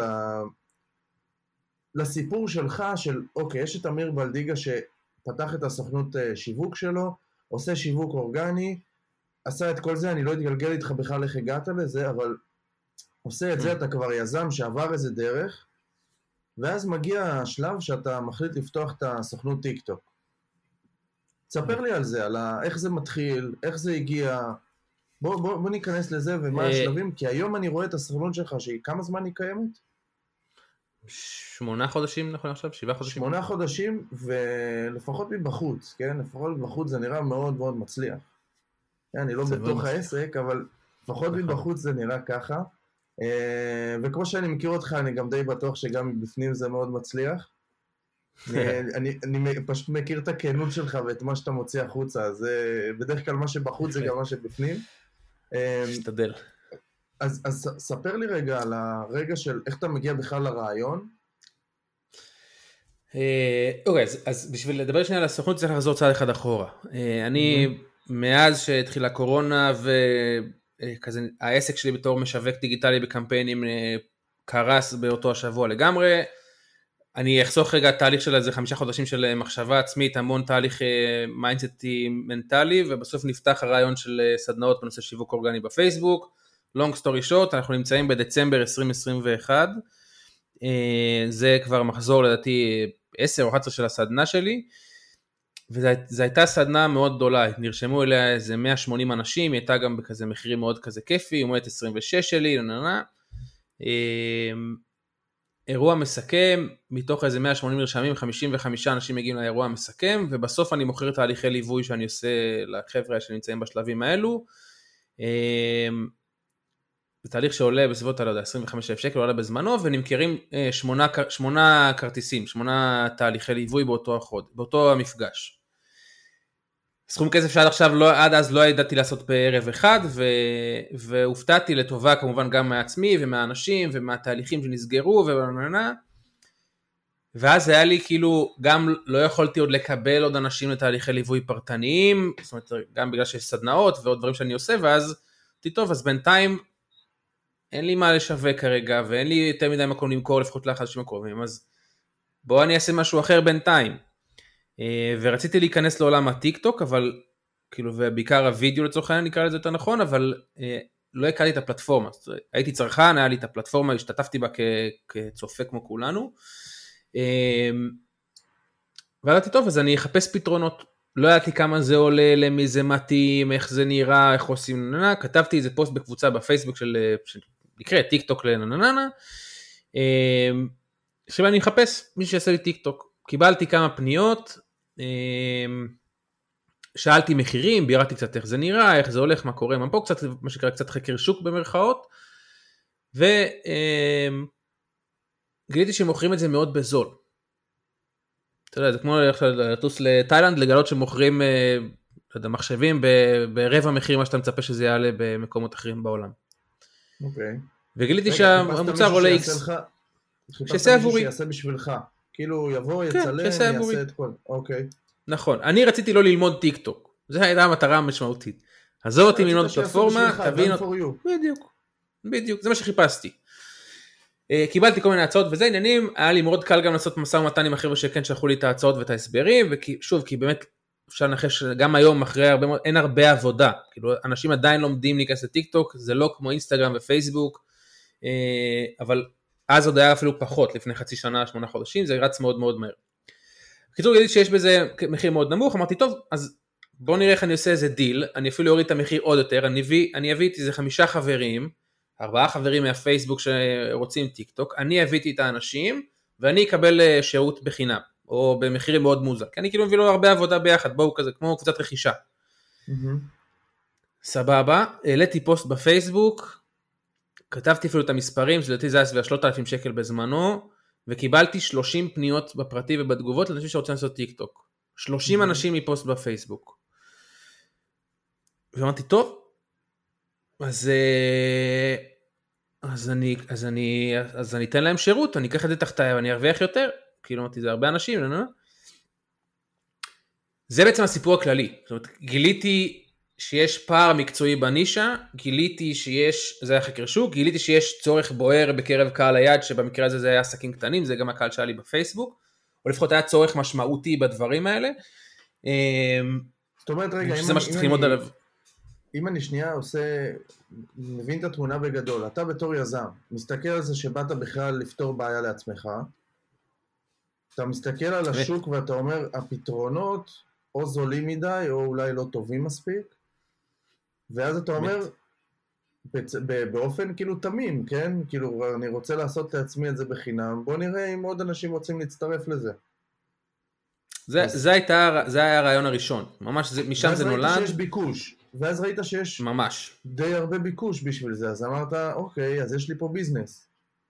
C: לסיפור שלך, של אוקיי, יש את אמיר בלדיגה שפתח את הסוכנות שיווק שלו, עושה שיווק אורגני, עשה את כל זה, אני לא אתגלגל איתך בכלל איך הגעת לזה, אבל עושה את זה, אתה כבר יזם שעבר איזה דרך, ואז מגיע השלב שאתה מחליט לפתוח את הסוכנות טיק טוק. תספר לי על זה, על איך זה מתחיל, איך זה הגיע, בוא ניכנס לזה ומה השלבים, כי היום אני רואה את הסוכנות שלך, כמה זמן היא קיימת?
A: 8 חודשים, נכון עכשיו? 7 חודשים?
C: 8 חודשים, ולפחות מבחוץ, כן? לפחות מבחוץ זה נראה מאוד מאוד מצליח. אני לא בתוך העסק, אבל לפחות מבחוץ זה נראה ככה. וכמו שאני מכיר אותך, אני גם די בטוח שגם מבפנים זה מאוד מצליח. אני פשוט מכיר את הכנות שלך ואת מה שאתה מוציא החוצה, אז בדרך כלל מה שבחוץ זה גם מה שבפנים.
A: משתדל.
C: אז ספר לי רגע על הרגע של איך אתה מגיע בכלל לרעיון.
A: אוקיי, אז בשביל לדבר שנייה על הסוכנות צריך לחזור צעד אחד אחורה. אני מאז שהתחילה קורונה וכזה העסק שלי בתור משווק דיגיטלי בקמפיינים קרס באותו השבוע לגמרי. אני אחסוך רגע תהליך של איזה 5 חודשים של מחשבה עצמית, המון תהליך מיינדסטי מנטלי, ובסוף נפתח הרעיון של סדנאות בנושא שיווק אורגני בפייסבוק. long story short, אנחנו נמצאים בדצמבר 2021, זה כבר מחזור לדעתי 10 או 11 של הסדנה שלי, וזו הייתה סדנה מאוד גדולה, נרשמו אליה איזה 180 אנשים, היא הייתה גם בכזה מחירים מאוד כזה כיפי, היא אומרת 26 שלי, אירוע מסכם, מתוך איזה 180 נרשמים, 55 אנשים מגיעים לאירוע המסכם, ובסוף אני מוכר תהליכי ליווי שאני עושה לחבר'ה שנמצאים בשלבים האלו, זה תהליך שעולה בסביבות, לא יודע, 25,000 שקל, עולה בזמנו, ונמכרים 8 כרטיסים, 8 תהליכי ליווי באותו המפגש. סכום כסף שעד עכשיו, עד אז לא ידעתי לעשות בערב אחד, והופתעתי לטובה כמובן גם מעצמי, ומהאנשים, ומהתהליכים שנסגרו, ואז היה לי כאילו, גם לא יכולתי עוד לקבל עוד אנשים לתהליכי ליווי פרטניים, זאת אומרת, גם בגלל שיש סדנאות, ועוד דברים שאני עושה, ואז, טוב, אז בינתיים, אין לי מה לשווק כרגע, ואין לי יותר מדי מקום למכור לפחות לחדשים הקרובים, אז בואו אני אעשה משהו אחר בינתיים. ורציתי להיכנס לעולם הטיק טוק, אבל כאילו, ובעיקר הוידאו לצורך העניין נקרא לזה יותר נכון, אבל לא הכרתי את הפלטפורמה. הייתי צרכן, היה לי את הפלטפורמה, השתתפתי בה כצופה כמו כולנו. ואמרתי, טוב, אז אני אחפש פתרונות. לא ידעתי כמה זה עולה, למי זה מתאים, איך זה נראה, איך עושים, כתבתי איזה פוסט בקבוצה בפייסבוק שנקרא טיק טוק לנננה, עכשיו אני מחפש מי שיעשה לי טיק טוק, קיבלתי כמה פניות, שאלתי מחירים, ביררתי קצת איך זה נראה, איך זה הולך, מה קורה, מה פה, קצת, מה שקרה, קצת חקר שוק במרכאות, וגיליתי שמוכרים את זה מאוד בזול. אתה יודע, זה כמו לטוס לתאילנד, לגלות שמוכרים מחשבים ברבע מחיר מה שאתה מצפה שזה יעלה במקומות אחרים בעולם.
C: אוקיי.
A: וגיליתי שהמוצר עולה X.
C: שיעשה עבורי. שיעשה בשבילך. כאילו יבוא, יצלם, יעשה את כל. אוקיי.
A: נכון. אני רציתי לא ללמוד טיק טוק. זו הייתה המטרה המשמעותית. עזוב אותי ללמוד פלטפורמה, תבין אותי. בדיוק. זה מה שחיפשתי. קיבלתי כל מיני הצעות וזה עניינים, היה לי מאוד קל גם לעשות משא ומתן עם החבר'ה שכן שלחו לי את ההצעות ואת ההסברים, ושוב, כי באמת אפשר לנחש שגם היום אחרי הרבה מאוד, אין הרבה עבודה, כאילו אנשים עדיין לומדים להיכנס לטיק טוק, זה לא כמו אינסטגרם ופייסבוק, אבל אז עוד היה אפילו פחות, לפני חצי שנה, 8 חודשים, זה רץ מאוד מאוד מהר. בקיצור, גיליתי שיש בזה מחיר מאוד נמוך, אמרתי טוב, אז בואו נראה איך אני עושה איזה דיל, אני אפילו אוריד את המחיר עוד יותר, אני אביא איזה 5 חברים, 4 חברים מהפייסבוק שרוצים טיק טוק, אני הביתי את האנשים, ואני אקבל שירות בחינם, או במחירים מאוד מוזל, כי אני כאילו מביא לו הרבה עבודה ביחד, בואו כזה, כמו קבוצת רכישה. סבבה, העליתי פוסט בפייסבוק, כתבתי אפילו את המספרים, שלדעתי זה היה סביב 3,000 שקל בזמנו, וקיבלתי 30 פניות בפרטי ובתגובות, לאנשים שרוצים לעשות טיק טוק. 30 אנשים מפוסט בפייסבוק. ואמרתי, טוב, אז אני אתן להם שירות, אני אקח את זה תחתיי, ואני ארוויח יותר, כאילו אמרתי, זה הרבה אנשים, לא? זה בעצם הסיפור הכללי, זאת אומרת, גיליתי שיש פער מקצועי בנישה, גיליתי שיש, זה היה חקר שוק, גיליתי שיש צורך בוער בקרב קהל היד, שבמקרה הזה זה היה עסקים קטנים, זה גם הקהל שהיה לי בפייסבוק, או לפחות היה צורך משמעותי בדברים האלה.
C: זאת אומרת, רגע, אם אני שנייה מבין את התמונה בגדול, אתה בתור יזם, מסתכל על זה שבאת בכלל לפתור בעיה לעצמך, אתה מסתכל על השוק ואתה אומר, הפתרונות או זולים מדי, או אולי לא טובים מספיק, ואז אתה אומר, באופן כאילו תמים, כן? כאילו, אני רוצה לעשות לעצמי את זה בחינם, בוא נראה אם עוד אנשים רוצים להצטרף לזה.
A: זה היה הרעיון הראשון, ממש משם זה נולד.
C: ואז ראית שיש ביקוש, ואז ראית שיש
A: ממש
C: די הרבה ביקוש בשביל זה, אז אמרת, אוקיי, אז יש לי פה ביזנס.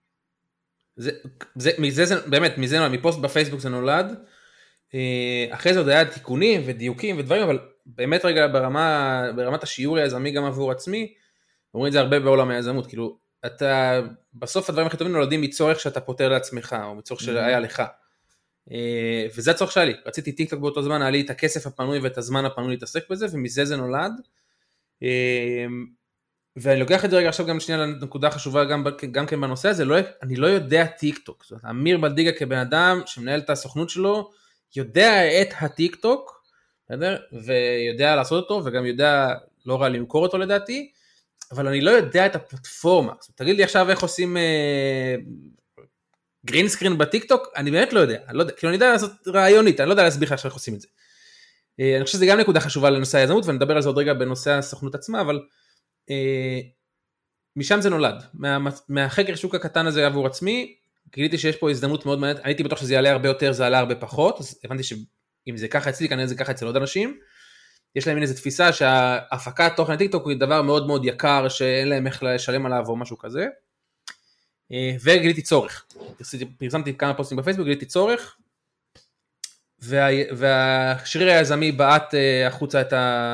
A: באמת, מפוסט בפייסבוק זה נולד, אחרי זה עוד היה תיקונים ודיוקים ודברים, אבל באמת רגע ברמת השיעור היזמי גם עבור עצמי, אומרים את זה הרבה בעולם היזמות, כאילו, בסוף הדברים הכי טובים נולדים מצורך שאתה פותר לעצמך, או מצורך שהיה לך. וזה הצורך שלי, רציתי טיק טוק באותו זמן, היה לי את הכסף הפנוי ואת הזמן הפנוי להתעסק בזה, ומזה זה נולד. ואני לוקח את זה רגע עכשיו גם שנייה לנקודה חשובה גם כן בנושא הזה, אני לא יודע טיק טוק, זאת אומרת, אמיר בלדיגה כבן אדם שמנהל את הסוכנות שלו, יודע את הטיק טוק, ויודע לעשות אותו, וגם יודע לא רע למכור אותו לדעתי, אבל אני לא יודע את הפלטפורמה. זאת אומרת, תגיד לי עכשיו איך עושים גרין סקרין בטיק טוק, אני באמת לא יודע, כאילו אני יודע לעשות רעיונית, אני לא יודע להסביר איך עושים את זה. אני חושב שזה גם נקודה חשובה לנושא היזמות, ואני אדבר על זה עוד רגע בנושא הסוכנות עצמה, אבל משם זה נולד, מהחקר שוק הקטן הזה עבור עצמי, גיליתי שיש פה הזדמנות מאוד מעניינת, הייתי בטוח שזה יעלה הרבה יותר, זה עלה הרבה פחות, אז הבנתי שאם זה ככה אצלי, כנראה זה ככה אצל עוד אנשים, יש להם איזו תפיסה שההפקת תוכן לטיק טוק היא דבר מאוד מאוד יקר, שאין להם איך לשלם עליו או משהו כזה, וגיליתי צורך, פרסמתי כמה פוסטים בפייסבוק, גיליתי צורך, והשריר היזמי בעט החוצה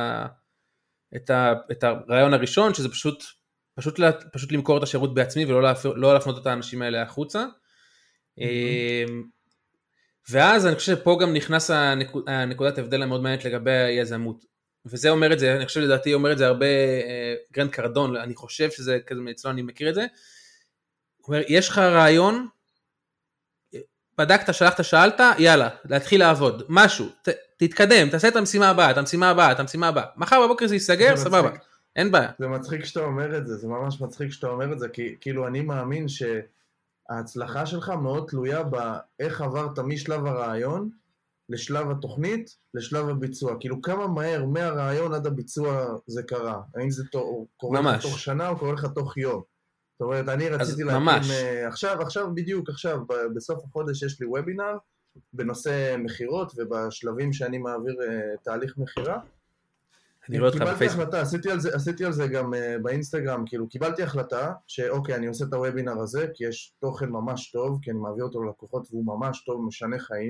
A: את הרעיון הראשון, שזה פשוט למכור את השירות בעצמי, ולא להפנות את האנשים האלה החוצה. ואז אני חושב שפה גם נכנס הנקודת הבדל המאוד מעניינת לגבי היזמות. וזה אומר את זה, אני חושב לדעתי אומר את זה הרבה גרנד קרדון, אני חושב שזה כזה אצלו, אני מכיר את זה. הוא אומר, יש לך רעיון, בדקת, שלחת, שאלת, יאללה, להתחיל לעבוד, משהו, תתקדם, תעשה את המשימה הבאה, מחר בבוקר זה ייסגר, סבבה, אין בעיה.
C: זה מצחיק שאתה אומר את זה, זה ממש מצחיק שאתה אומר את זה, כי כאילו אני מאמין שההצלחה שלך מאוד תלויה באיך עברת משלב הרעיון, לשלב התוכנית, לשלב הביצוע, כאילו כמה מהר מהרעיון עד הביצוע זה קרה, האם זה קורה לך תוך שנה או קורה לך תוך יום. זאת אומרת, אני רציתי להקים, עכשיו, בדיוק עכשיו, בסוף החודש יש לי וובינר, בנושא מחירות, ובשלבים שאני מעביר תהליך מחירה,
A: אני רואה אותך בפייסבוק.
C: החלטה, עשיתי על זה גם באינסטגרם, כאילו קיבלתי החלטה שאוקיי, אני עושה את הוובינר הזה, כי יש תוכן ממש טוב, כי אני מעביר אותו ללקוחות והוא ממש טוב, משנה חיים,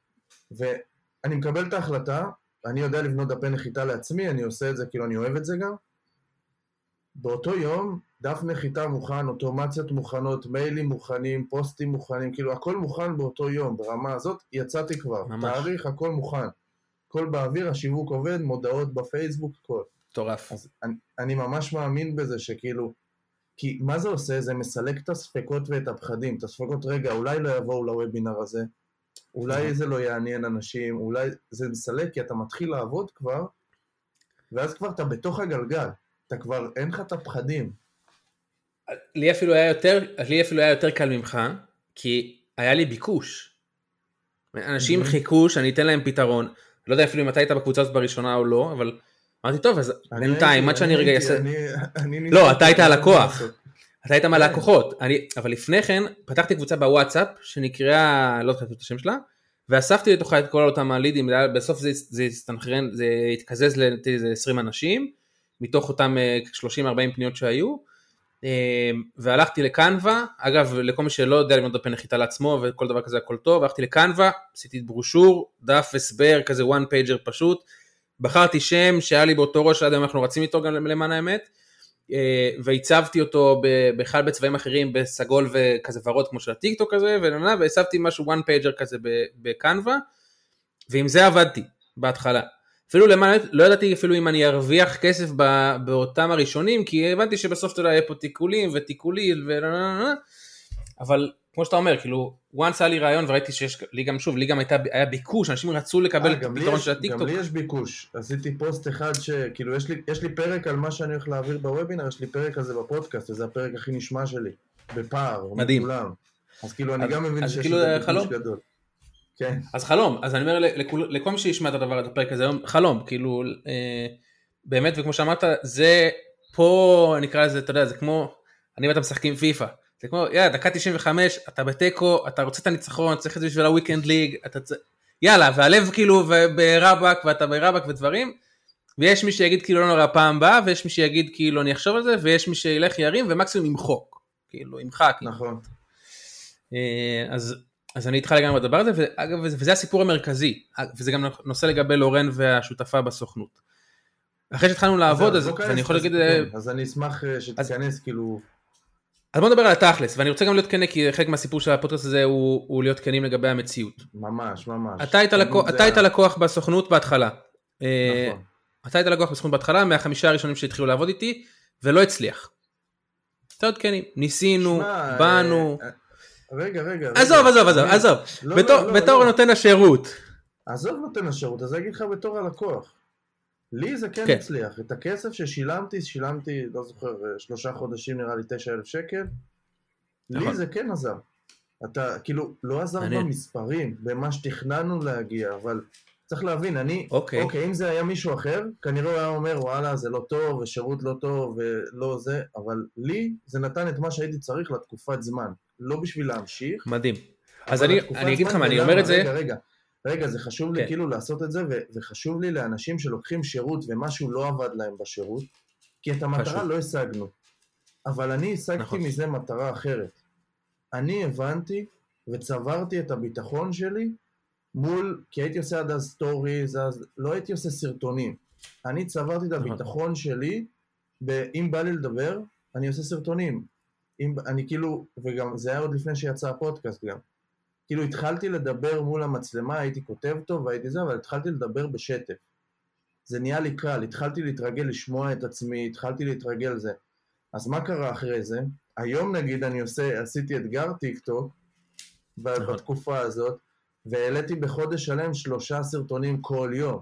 C: ואני מקבל את ההחלטה, אני יודע לבנות דפי נחיתה לעצמי, אני עושה את זה, כאילו אני אוהב את זה גם. באותו יום, דף נחיתה מוכן, אוטומציות מוכנות, מיילים מוכנים, פוסטים מוכנים, כאילו הכל מוכן באותו יום, ברמה הזאת יצאתי כבר, תאריך, הכל מוכן. הכל באוויר, השיווק עובד, מודעות בפייסבוק, הכל.
A: טורף.
C: אז אני ממש מאמין בזה שכאילו, כי מה זה עושה? זה מסלק את הספקות ואת הפחדים, את הספקות, רגע, אולי לא יבואו לוובינר הזה, אולי זה לא יעניין אנשים, אולי זה מסלק, כי אתה מתחיל לעבוד כבר, ואז כבר אתה בתוך הגלגל, אתה כבר, אין לך את הפחדים.
A: לי אפילו היה יותר קל ממך, כי היה לי ביקוש. אנשים חיכו שאני אתן להם פתרון, לא יודע אפילו אם אתה היית בקבוצה הזאת בראשונה או לא, אבל אמרתי טוב, אז בינתיים, עד שאני רגע אעשה... לא, אתה היית הלקוח. אתה היית מהלקוחות. אבל לפני כן, פתחתי קבוצה בוואטסאפ, שנקראה, לא זוכר את השם שלה, ואספתי לתוכה את כל אותם הלידים, בסוף זה התקזז ל-20 אנשים, מתוך אותם 30-40 פניות שהיו, והלכתי לקנווה, אגב, לכל מי שלא יודע לבנות דפי נחיתה לעצמו, וכל דבר כזה הכל טוב, הלכתי לקנווה, עשיתי ברושור, דף הסבר, כזה one pager פשוט, בחרתי שם שהיה לי באותו ראש, עד היום אנחנו רצים איתו גם למען האמת, והצבתי אותו בכלל בצבעים אחרים, בסגול וכזה ורוד כמו של הטיקטוק כזה, והצבתי משהו one pager כזה בקנווה, ועם זה עבדתי בהתחלה. אפילו למען, לא ידעתי אפילו אם אני ארוויח כסף באותם הראשונים, כי הבנתי שבסוף תודה יהיה פה תיקולים ותיקולים, אבל כמו שאתה אומר, כאילו, once היה לי רעיון וראיתי שיש לי גם שוב, לי גם היה ביקוש, אנשים רצו לקבל את הפתרון של הטיקטוק.
C: גם לי יש ביקוש, עשיתי פוסט אחד שכאילו יש לי פרק על מה שאני הולך להעביר בוובינר, יש לי פרק על זה בפודקאסט, וזה הפרק הכי נשמע שלי, בפער,
A: מדהים.
C: אז כאילו אני גם מבין שיש
A: לי
C: ביקוש גדול. כן.
A: אז חלום, אז אני אומר לכל מי שישמע את הדבר, את הפרק הזה היום, חלום, כאילו, באמת, וכמו שאמרת, זה פה, נקרא לזה, אתה יודע, זה כמו, אני ואתה משחקים פיפה, זה כמו, דקה 95, אתה בטקו, אתה רוצה את הניצחון, צריך את זה בשביל הוויקנד ליג, יאללה, והלב כאילו ברבק, ואתה ברבק ודברים, ויש מי שיגיד כאילו לא נורא פעם הבאה, ויש מי שיגיד כאילו אני אחשוב על זה, ויש מי שילך ירים, ומקסימום ימחוק, כאילו, ימחק.
C: נכון.
A: אז אני איתך לגמרי בדבר הזה, ואגב, וזה הסיפור המרכזי, וזה גם נושא לגבי לורן והשותפה בסוכנות. אחרי שהתחלנו לעבוד, אז אני יכול להגיד...
C: אז אני אשמח שתיכנס, כאילו...
A: אז בוא נדבר על התכלס, ואני רוצה גם להיות כנה, כי חלק מהסיפור של הפודקאסט הזה הוא להיות כנים לגבי המציאות.
C: ממש, ממש.
A: אתה היית לקוח בסוכנות בהתחלה.
C: נכון.
A: אתה היית לקוח בסוכנות בהתחלה, מה5 הראשונים שהתחילו לעבוד איתי, ולא הצליח. אתה עוד כנים, ניסינו, באנו...
C: רגע.
A: עזוב. בתור נותן השירות.
C: עזוב נותן השירות, אז אני אגיד לך בתור הלקוח. לי זה כן הצליח. את הכסף ששילמתי, לא זוכר, 3 חודשים נראה לי 9,000 שקל. לי זה כן עזר. אתה כאילו לא עזר במספרים, במה שתכננו להגיע, אבל צריך להבין, אוקיי, אם זה היה מישהו אחר, כנראה הוא היה אומר, וואלה, זה לא טוב, ושירות לא טוב, ולא זה, אבל לי זה נתן את מה שהייתי צריך לתקופת זמן. לא בשביל להמשיך.
A: מדהים. אז אני אגיד לך מה, אני אומר את זה...
C: רגע, זה חשוב לי כאילו לעשות את זה, וחשוב לי לאנשים שלוקחים שירות ומשהו לא עבד להם בשירות, כי את המטרה לא השגנו. אבל אני השגתי מזה מטרה אחרת. אני הבנתי וצברתי את הביטחון שלי מול, כי הייתי עושה עד אז סטוריז, אז לא הייתי עושה סרטונים. אני צברתי את הביטחון שלי, אם בא לי לדבר, אני עושה סרטונים. אני כאילו, וגם זה היה עוד לפני שיצא הפודקאסט גם, כאילו התחלתי לדבר מול המצלמה, הייתי כותב טוב והייתי זה, אבל התחלתי לדבר בשטף. זה נהיה לי קל, התחלתי להתרגל לשמוע את עצמי, התחלתי להתרגל זה. אז מה קרה אחרי זה? היום נגיד עשיתי אתגר טיקטוק, בתקופה הזאת, והעליתי בחודש שלם 3 סרטונים כל יום.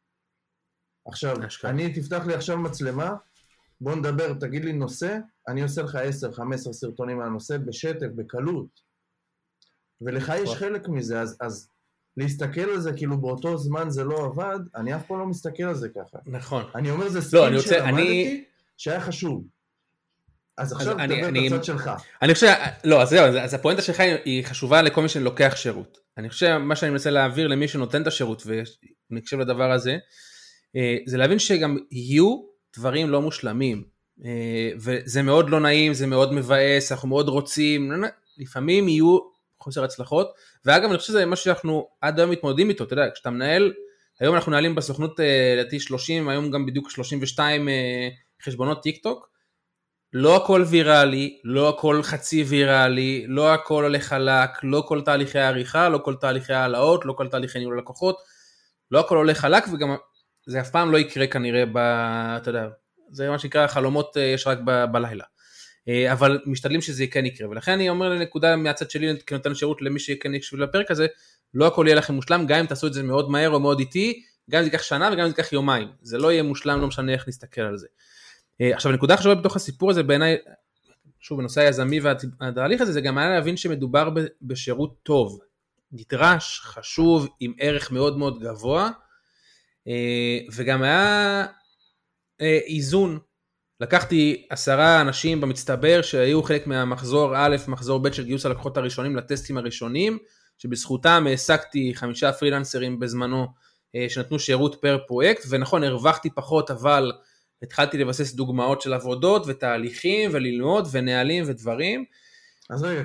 C: עכשיו, תפתח לי עכשיו מצלמה, בוא נדבר, תגיד לי נושא, אני עושה לך 10-15 סרטונים על הנושא בשטף, בקלות. ולך יש חלק מזה, אז להסתכל על זה, כאילו באותו זמן זה לא עבד, אני אף פעם לא מסתכל על זה ככה.
A: נכון.
C: אני אומר, זה סקיל שלמדתי, שהיה חשוב. אז עכשיו תדבר את הצד שלך.
A: אני חושב, לא, אז זהו, אז הפואנטה שלך היא חשובה לכל מי שלוקח שירות. אני חושב, מה שאני מנסה להעביר למי שנותן את השירות, ונקשב לדבר הזה, זה להבין שגם יהיו דברים לא מושלמים, וזה מאוד לא נעים, זה מאוד מבאס, אנחנו מאוד רוצים, לפעמים יהיו חוסר הצלחות, ואגב אני חושב שזה משהו שאנחנו עד היום מתמודדים איתו, אתה יודע, כשאתה מנהל, היום אנחנו נעלים בסוכנות לדעתי 30, היום גם בדיוק 32 חשבונות טיק טוק, לא הכל ויראלי, לא הכל חצי ויראלי, לא הכל הולך חלק, לא כל תהליכי העריכה, לא כל תהליכי העלאות, לא כל תהליכי ניהול לקוחות, לא הכל הולך חלק, וגם זה אף פעם לא יקרה כנראה, אתה יודע, זה מה שנקרא, חלומות יש רק בלילה. אבל משתדלים שזה כן יקרה, ולכן אני אומר לנקודה מהצד שלי, כנותן שירות למי שכן יקשיב לפרק הזה, לא הכל יהיה לכם מושלם, גם אם תעשו את זה מאוד מהר או מאוד איטי, גם אם זה ייקח שנה וגם אם זה ייקח יומיים, זה לא יהיה מושלם, לא משנה איך נסתכל על זה. עכשיו, הנקודה חשובה בתוך הסיפור הזה, בעיניי, שוב, בנושא היזמי והתהליך הזה, זה גם היה להבין שמדובר בשירות טוב, נדרש, חשוב, עם ערך מאוד מאוד גבוה, וגם היה איזון, לקחתי 10 אנשים במצטבר שהיו חלק מהמחזור א', מחזור ב' של גיוס הלקוחות הראשונים לטסטים הראשונים, שבזכותם העסקתי 5 פרילנסרים בזמנו שנתנו שירות פר פרויקט, ונכון, הרווחתי פחות, אבל התחלתי לבסס דוגמאות של עבודות ותהליכים וללמוד ונהלים ודברים.
C: אז רגע,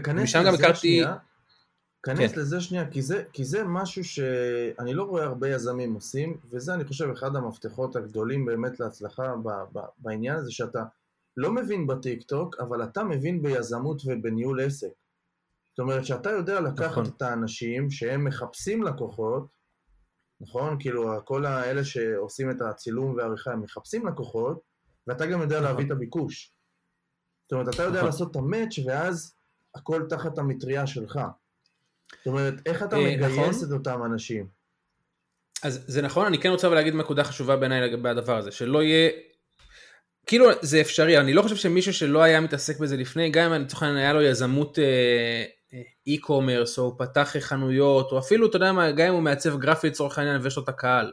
C: כנס לזה שנייה, כי זה משהו שאני לא רואה הרבה יזמים עושים, וזה אני חושב אחד המפתחות הגדולים באמת להצלחה בעניין הזה, שאתה לא מבין בטיק טוק, אבל אתה מבין ביזמות ובניהול עסק. זאת אומרת שאתה יודע לקחת את האנשים שהם מחפשים לקוחות, נכון? כאילו כל האלה שעושים את הצילום והעריכה הם מחפשים לקוחות, ואתה גם יודע להביא את הביקוש. זאת אומרת, אתה יודע לעשות את המאץ' ואז הכל תחת המטריה שלך. זאת אומרת, איך אתה מגייס את אותם אנשים?
A: אז זה נכון, אני כן רוצה להגיד נקודה חשובה בעיניי לגבי הדבר הזה, שלא יהיה, כאילו זה אפשרי, אני לא חושב שמישהו שלא היה מתעסק בזה לפני, גם אם אני צוחן היה לו יזמות e-commerce, או פתח חנויות, או אפילו, אתה יודע מה, גם אם הוא מעצב גרפי לצורך העניין, ויש לו את הקהל.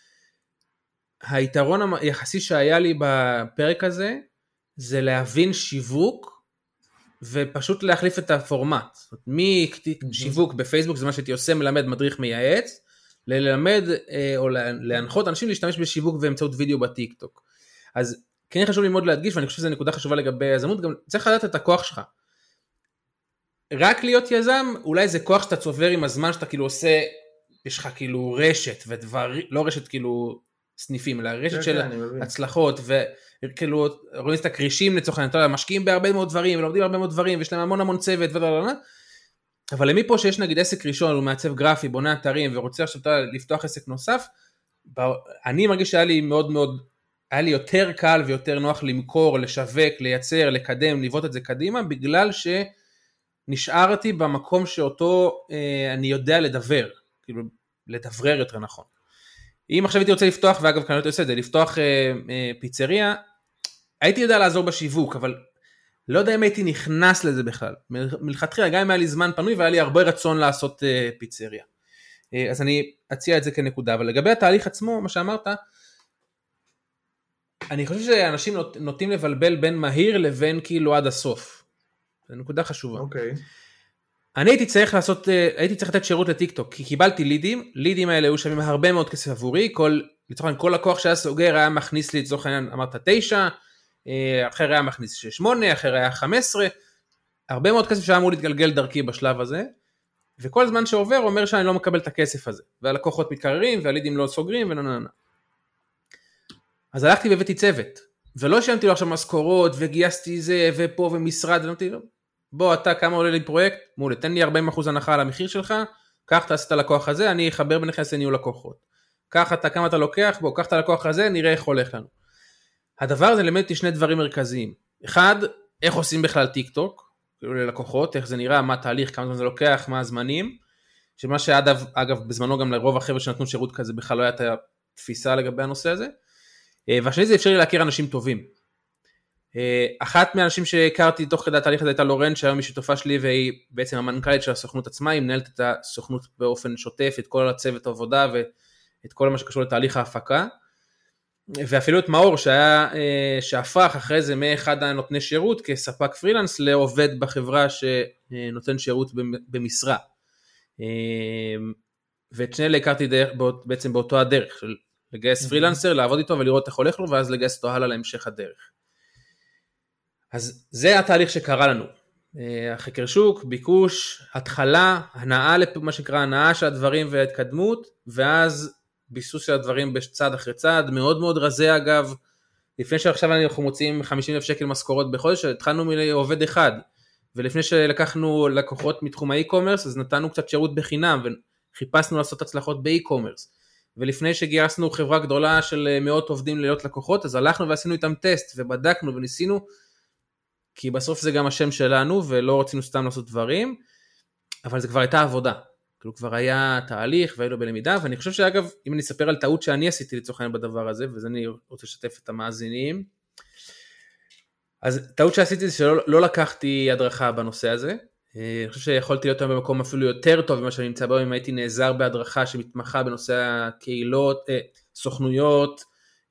A: היתרון היחסי שהיה לי בפרק הזה, זה להבין שיווק, ופשוט להחליף את הפורמט. משיווק בפייסבוק, זה מה שהייתי עושה, מלמד מדריך מייעץ, ללמד או להנחות אנשים להשתמש בשיווק באמצעות וידאו בטיק טוק. אז כן חשוב ללמוד להדגיש, ואני חושב שזו נקודה חשובה לגבי יזמות, גם צריך לדעת את הכוח שלך. רק להיות יזם, אולי זה כוח שאתה צובר עם הזמן שאתה כאילו עושה, יש לך כאילו רשת ודבר, לא רשת כאילו סניפים, אלא רשת של הצלחות, וכאילו רואים את הקרישים לצורך העניין, משקיעים בהרבה מאוד דברים, ולומדים הרבה מאוד דברים, ויש להם המון צוות ודבר, אבל למי פה שיש נגיד עסק ראשון, הוא מעצב גרפי, בונה אתרים, ורוצה עכשיו לפתוח עסק נוסף, אני מרגיש שהיה לי מאוד מאוד, היה לי יותר קל ויותר נוח למכור, לשווק, לייצר, לקדם, לבנות את זה קדימה, בגלל שנשארתי במקום שאותו אני יודע לדבר, כאילו לדברר יותר נכון. אם עכשיו הייתי רוצה לפתוח, ואגב כאן לא עושה את זה, לפתוח פיצריה, הייתי יודע לעזור בשיווק, אבל לא יודע אם הייתי נכנס לזה בכלל. מלכתחילה, גם אם היה לי זמן פנוי, והיה לי הרבה רצון לעשות פיצריה. אז אני אציע את זה כנקודה, אבל לגבי התהליך עצמו, מה שאמרת, אני חושב שאנשים נוטים לבלבל בין מהיר לבין כאילו עד הסוף. זו נקודה חשובה.
C: אוקיי.
A: אני הייתי צריך לתת שירות לטיק טוק, כי קיבלתי לידים האלה היו שווים הרבה מאוד כסף עבורי, לצורך העניין כל לקוח שהיה סוגר היה מכניס לי, לצורך העניין אמרת 9, אחר היה מכניס 8, אחר היה 15, הרבה מאוד כסף שהיה אמור להתגלגל דרכי בשלב הזה, וכל זמן שעובר אומר שאני לא מקבל את הכסף הזה, והלקוחות מתקררים, והלידים לא סוגרים, אז הלכתי והבאתי צוות, ולא שילמתי לו עכשיו משכורות, וגייסתי זה, ופה ומשרד, ואמרתי לו, בוא אתה כמה עולה לי פרויקט, מולה, תן לי 40% הנחה על המחיר שלך, קח תעשה את הלקוח הזה, אני אחבר ביניכם לניהול לקוחות. קח אתה כמה אתה לוקח, בוא קח את הלקוח הזה, נראה איך הולך לנו. הדבר הזה לימד אותי 2 דברים מרכזיים. אחד, איך עושים בכלל טיק טוק, כאילו ללקוחות, איך זה נראה, מה התהליך, כמה זמן זה לוקח, מה הזמנים, שמה שעד אגב בזמנו גם לרוב החבר'ה שנתנו שירות כזה, בכלל לא הייתה תפיסה לגבי הנושא הזה. והשני זה אפשר לי להכיר אנשים טובים. אחת מהאנשים שהכרתי תוך כדי התהליך הזה הייתה לורן, שהיום היא שותפה שלי, והיא בעצם המנכ"לית של הסוכנות עצמה, היא מנהלת את הסוכנות באופן שוטף, את כל הצוות העבודה, ואת כל מה שקשור לתהליך ההפקה, ואפילו את מאור, שהפך אחרי זה מאחד הנותני שירות, כספק פרילנס, לעובד בחברה שנותן שירות במשרה. ואת שני אלה הכרתי בעצם באותו הדרך, של לגייס פרילנסר, לעבוד איתו ולראות איך הולך לו, ואז לגייס אותו הלאה להמשך הדרך. אז זה התהליך שקרה לנו. החקר שוק, ביקוש, התחלה, הנאה, מה שנקרא הנאה של הדברים וההתקדמות, ואז ביסוס של הדברים בצד אחרי צד, מאוד מאוד רזה אגב, לפני שעכשיו אנחנו מוצאים 50,000 שקל משכורות בחודש, התחלנו מעובד אחד, ולפני שלקחנו לקוחות מתחום האי-קומרס, אז נתנו קצת שירות בחינם, וחיפשנו לעשות הצלחות באי-קומרס, ולפני שגייסנו חברה גדולה של מאות עובדים להיות לקוחות, אז הלכנו ועשינו איתם טסט, ובדקנו וניסינו, כי בסוף זה גם השם שלנו, ולא רצינו סתם לעשות דברים, אבל זה כבר הייתה עבודה, כאילו כבר היה תהליך, והיינו בלמידה, ואני חושב שאגב, אם אני אספר על טעות שאני עשיתי לצורך העניין בדבר הזה, וזה אני רוצה לשתף את המאזינים, אז טעות שעשיתי זה שלא לקחתי הדרכה בנושא הזה, אני חושב שיכולתי להיות במקום אפילו יותר טוב ממה שאני נמצא בו, אם הייתי נעזר בהדרכה שמתמחה בנושא הקהילות, סוכנויות,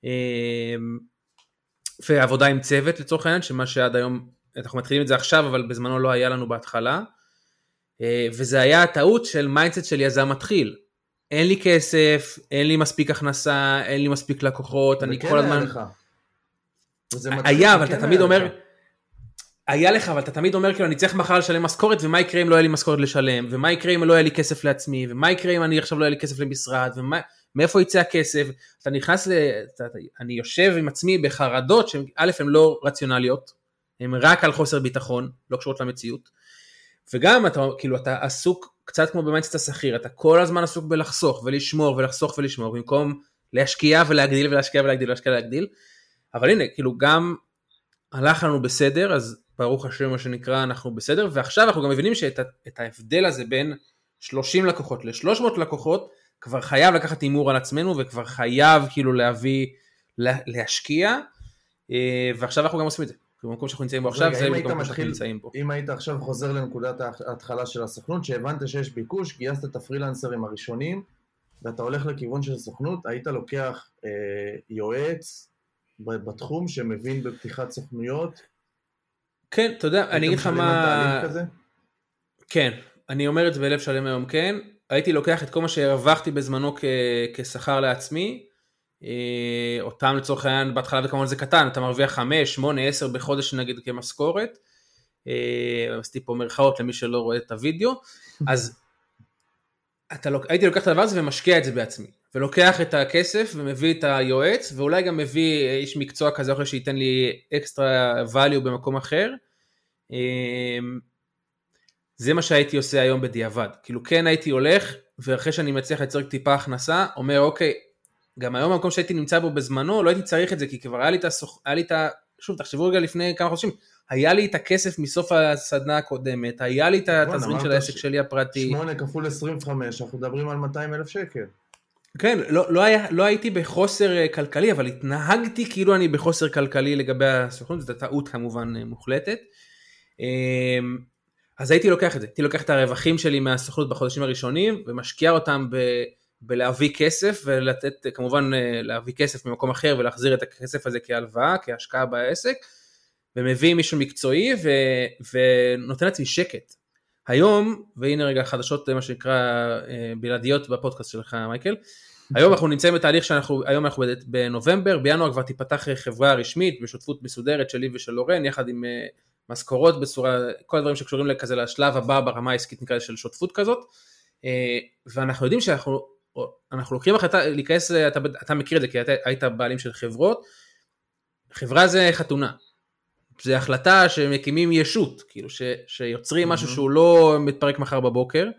A: ועבודה עם צוות לצורך העניין, שמה שעד היום, אנחנו מתחילים את זה עכשיו, אבל בזמנו לא היה לנו בהתחלה, וזה היה הטעות של מיינדסט של יזם מתחיל, אין לי כסף, אין לי מספיק הכנסה, אין לי מספיק לקוחות, אני כל הזמן... היה, אבל אתה תמיד אומר... היה לך, אבל אתה תמיד אומר, כאילו, אני צריך מחר לשלם משכורת, ומה יקרה אם לא היה לי משכורת לשלם, ומה יקרה אם לא היה לי כסף לעצמי, ומה יקרה אם אני עכשיו לא היה לי כסף למשרד, ומאיפה יצא הכסף, אתה נכנס אני יושב עם עצמי בחרדות, שא' הן לא רציונליות, הן רק על חוסר ביטחון, לא קשורות למציאות, וגם אתה, כאילו, אתה עסוק קצת כמו במיינדסט השכיר, אתה כל הזמן עסוק בלחסוך, ולשמור, ולחסוך ולשמור, במקום להשקיע ולהגדיל, ולהשקיע ולהגדיל, ולהשקיע ולהגדיל, אבל הנה, כאילו, גם הלך לנו בסדר, אז ברוך השם מה שנקרא, אנחנו בסדר, ועכשיו אנחנו גם מבינים שאת ההבדל הזה בין 30 לקוחות ל-300 לקוחות, כבר חייב לקחת אימור על עצמנו, וכבר חייב כאילו להשקיע, ועכשיו אנחנו גם עושים את זה. במקום שאנחנו נמצאים בו עכשיו, זה במקום שאנחנו נמצאים בו.
C: אם היית עכשיו חוזר לנקודת ההתחלה של הסוכנות, שהבנת שיש ביקוש, גייסת את הפרילנסרים הראשונים, ואתה הולך לכיוון של הסוכנות, היית לוקח יועץ בתחום שמבין בפתיחת סוכנויות,
A: כן, אתה יודע, אני אגיד לך מה... כן, אני אומר את זה בלב שלם היום, כן. הייתי לוקח את כל מה שהרווחתי בזמנו כשכר לעצמי, אותם לצורך העניין בהתחלה וכמובן זה קטן, אתה מרוויח 5, 8, 10 בחודש נגיד כמשכורת, עשיתי פה מרכאות למי שלא רואה את הוידאו, אז הייתי לוקח את הדבר הזה ומשקיע את זה בעצמי, ולוקח את הכסף ומביא את היועץ, ואולי גם מביא איש מקצוע כזה או שייתן לי אקסטרה value במקום אחר, זה מה שהייתי עושה היום בדיעבד, כאילו כן הייתי הולך, ואחרי שאני מצליח לצריך טיפה הכנסה, אומר אוקיי, גם היום במקום שהייתי נמצא בו בזמנו, לא הייתי צריך את זה, כי כבר היה לי את שוב תחשבו רגע לפני כמה חודשים, היה לי את הכסף מסוף הסדנה הקודמת, היה לי את התזרים של העסק שלי הפרטי. 8 כפול 25, אנחנו מדברים על 200,000 שקל. כן, לא הייתי בחוסר כלכלי, אבל התנהגתי כאילו אני בחוסר כלכלי לגבי הסוכנות, זו טעות כמובן מוחלטת. אז הייתי לוקח את זה, הייתי לוקח את הרווחים שלי מהסוכנות בחודשים הראשונים, ומשקיע אותם בלהביא כסף, ולתת כמובן להביא כסף ממקום אחר, ולהחזיר את הכסף הזה כהלוואה, כהשקעה בעסק, ומביא מישהו מקצועי, ונותן לעצמי שקט. היום, והנה רגע חדשות מה שנקרא בלעדיות בפודקאסט שלך מייקל, היום אנחנו נמצאים בתהליך היום אנחנו בנובמבר, בינואר כבר תיפתח חברה רשמית, בשותפות מסודרת שלי ושל לורן, יחד עם משכורות בצורה, כל הדברים שקשורים לכזה לשלב הבא ברמה העסקית נקרא של שותפות כזאת, ואנחנו יודעים שאנחנו לוקחים החלטה להיכנס, אתה מכיר את זה כי היית בעלים של חברות, חברה זה חתונה, זה החלטה שמקימים ישות, כאילו שיוצרים משהו שהוא לא מתפרק מחר בבוקר,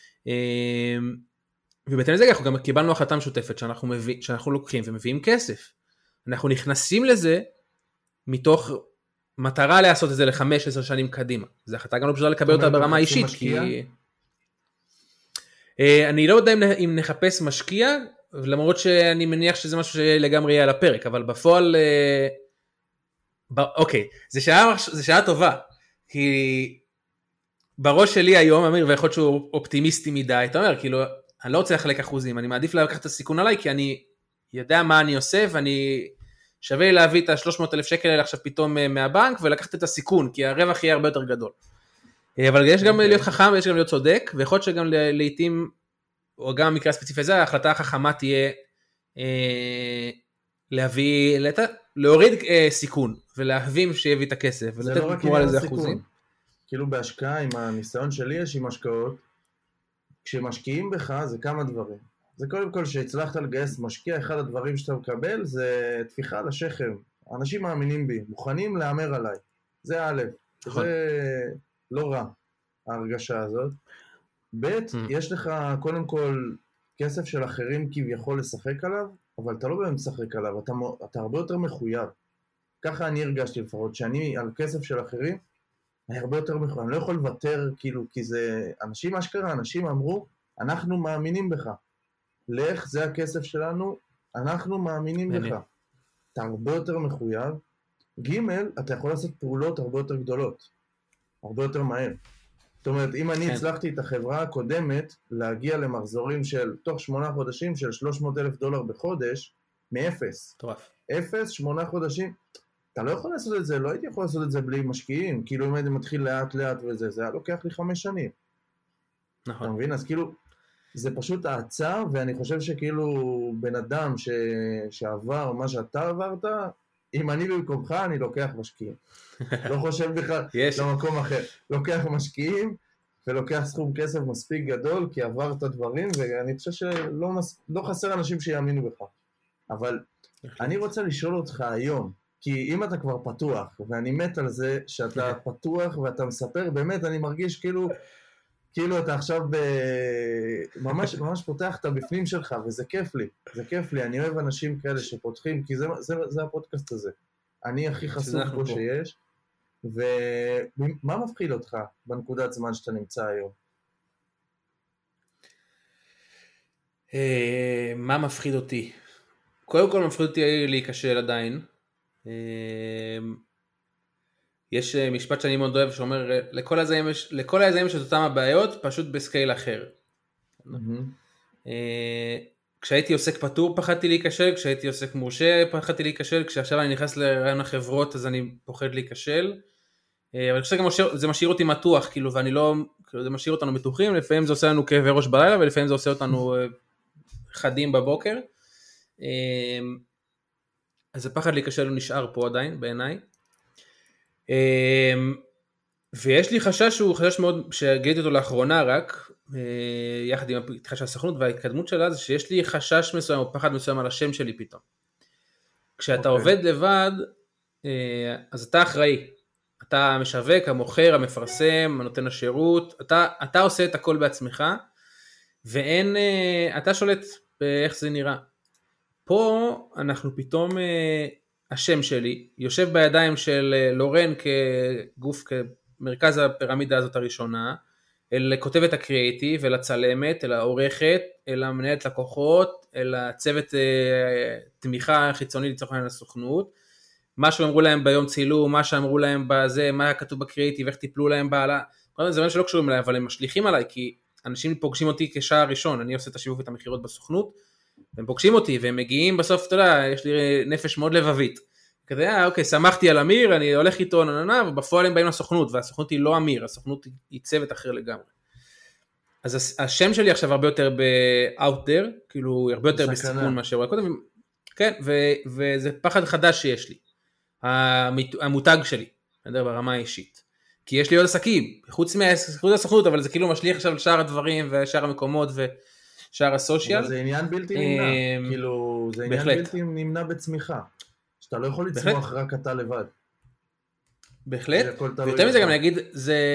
A: ובהתאם לזה אנחנו גם קיבלנו החלטה משותפת שאנחנו לוקחים ומביאים כסף, אנחנו נכנסים לזה מתוך מטרה לעשות את זה ל5-10 שנים קדימה, זו החלטה גם לא פשוטה לקבל אותה ברמה האישית, כי אני לא יודע אם נחפש משקיע, למרות שאני מניח שזה משהו שלגמרי יהיה על הפרק, אבל בפועל אוקיי, זה שעה טובה, כי בראש שלי היום, אמיר, ויכול להיות שהוא אופטימיסטי מדי, אתה אומר, כאילו, אני לא רוצה לחלק אחוזים, אני מעדיף לקחת את הסיכון עליי, כי אני יודע מה אני עושה, ואני שווה לי להביא את ה-300,000 שקל האלה עכשיו פתאום מהבנק, ולקחת את הסיכון, כי הרווח יהיה הרבה יותר גדול. אבל יש גם להיות חכם, ויש גם להיות צודק, ויכול להיות שגם לעתים, או גם במקרה הספציפי הזה, ההחלטה החכמה תהיה להוריד סיכון, ולהבין שיביא את הכסף, ולתת תמורה לזה אחוזים.
C: כאילו בהשקעה, עם הניסיון שלי יש עם השקעות, כשמשקיעים בך זה כמה דברים. זה קודם כל שהצלחת לגייס משקיע, אחד הדברים שאתה מקבל זה תפיחה לשכם. אנשים מאמינים בי, מוכנים לאמר עליי. זה א', זה לא רע, ההרגשה הזאת. ב', יש לך קודם כל כסף של אחרים כביכול לשחק עליו, אבל אתה לא באמת משחק עליו, אתה הרבה יותר מחויב. ככה אני הרגשתי לפחות, שאני על כסף של אחרים, אני הרבה יותר מחויב. אני לא יכול לוותר, כאילו, כי זה אנשים אשכרה, אנשים אמרו, אנחנו מאמינים בך. לך, זה הכסף שלנו, אנחנו מאמינים בך. אתה הרבה יותר מחויב. ג', אתה יכול לעשות פעולות הרבה יותר גדולות. הרבה יותר מהר. זאת אומרת, אם אני הצלחתי את החברה הקודמת להגיע למחזורים של, תוך 8 חודשים של $300,000 בחודש, מאפס. טוב. 0, 8 חודשים. אתה לא יכול לעשות את זה, לא הייתי יכול לעשות את זה בלי משקיעים. כאילו אם הייתי מתחיל לאט לאט וזה, זה היה לוקח לי 5 שנים. נכון. אתה מבין? אז כאילו, זה פשוט העצה, ואני חושב שכאילו בן אדם שעבר מה שאתה עברת, אם אני במקומך, אני לוקח משקיעים. לא חושב בכלל למקום אחר. לוקח משקיעים, ולוקח סכום כסף מספיק גדול, כי עברת דברים, ואני חושב שלא חסר אנשים שיאמינו בך. אבל אני רוצה לשאול אותך היום, כי אם אתה כבר פתוח, ואני מת על זה שאתה פתוח, ואתה מספר, באמת אני מרגיש כאילו אתה עכשיו ממש פותח את הבפנים שלך, וזה כיף לי, זה כיף לי, אני אוהב אנשים כאלה שפותחים, כי זה הפודקאסט הזה. אני הכי חשוף פה שיש, ומה מפחיד אותך בנקודת זמן שאתה נמצא היום?
A: מה מפחיד אותי? קודם כל מפחיד אותי להיכשל עדיין. יש משפט שאני מאוד אוהב שאומר, לכל היזמים יש את אותם הבעיות, פשוט בסקייל אחר. כשהייתי עוסק פטור פחדתי להיכשל, כשהייתי עוסק מורשה פחדתי להיכשל, כשעכשיו אני נכנס לרעיון החברות אז אני פוחד להיכשל. אבל אני חושב שגם זה משאיר אותי מתוח, כאילו, ואני לא, זה משאיר אותנו מתוחים, לפעמים זה עושה לנו כאבי ראש בלילה, ולפעמים זה עושה אותנו חדים בבוקר. אז הפחד להיכשל הוא נשאר פה עדיין, בעיניי. ויש לי חשש שהוא חשש מאוד, שגיליתי אותו לאחרונה רק, יחד עם הפתיחה של הסוכנות וההתקדמות שלה, זה שיש לי חשש מסוים או פחד מסוים על השם שלי פתאום. כשאתה עובד לבד, אז אתה אחראי. אתה משווק, המוכר, המפרסם, הנותן השירות, אתה עושה את הכל בעצמך, ואין, אתה שולט באיך זה נראה. פה אנחנו פתאום, השם שלי יושב בידיים של לורן כגוף, כמרכז הפירמידה הזאת הראשונה, אל כותבת הקריאיטיב, אל הצלמת, אל העורכת, אל המנהלת לקוחות, אל הצוות תמיכה חיצוני לצורך העניין לסוכנות, מה שאמרו להם ביום צילום, מה שאמרו להם בזה, מה היה כתוב בקריאיטיב, איך טיפלו להם בעלה, כל זה שלא קשורים אליי, אבל הם משליכים עליי, כי אנשים פוגשים אותי כשער ראשון, אני עושה את השיווק ואת המחירות בסוכנות, והם פוגשים אותי, והם מגיעים בסוף, אתה יודע, יש לי נפש מאוד לבבית, כזה, אוקיי, שמחתי על אמיר, אני הולך איתו, ובפועל הם באים לסוכנות, והסוכנות היא לא אמיר, הסוכנות היא צוות אחר לגמרי. אז השם שלי עכשיו הרבה יותר ב-out there, כאילו, הרבה יותר בסיכון מאשר קודם, כן, וזה פחד חדש שיש לי. המותג שלי, ברמה האישית. כי יש לי עוד עסקים, חוץ מהסוכנות, אבל זה כאילו משליך עכשיו לשאר הדברים, ושאר המקומות, ושאר הסושיאל.
C: אבל זה עניין בלתי נמנע, כאילו, זה עניין בלתי נמנע בצמיחה, שאתה לא יכול לצמוח רק אתה לבד.
A: בהחלט, ויותר מזה גם אני אגיד,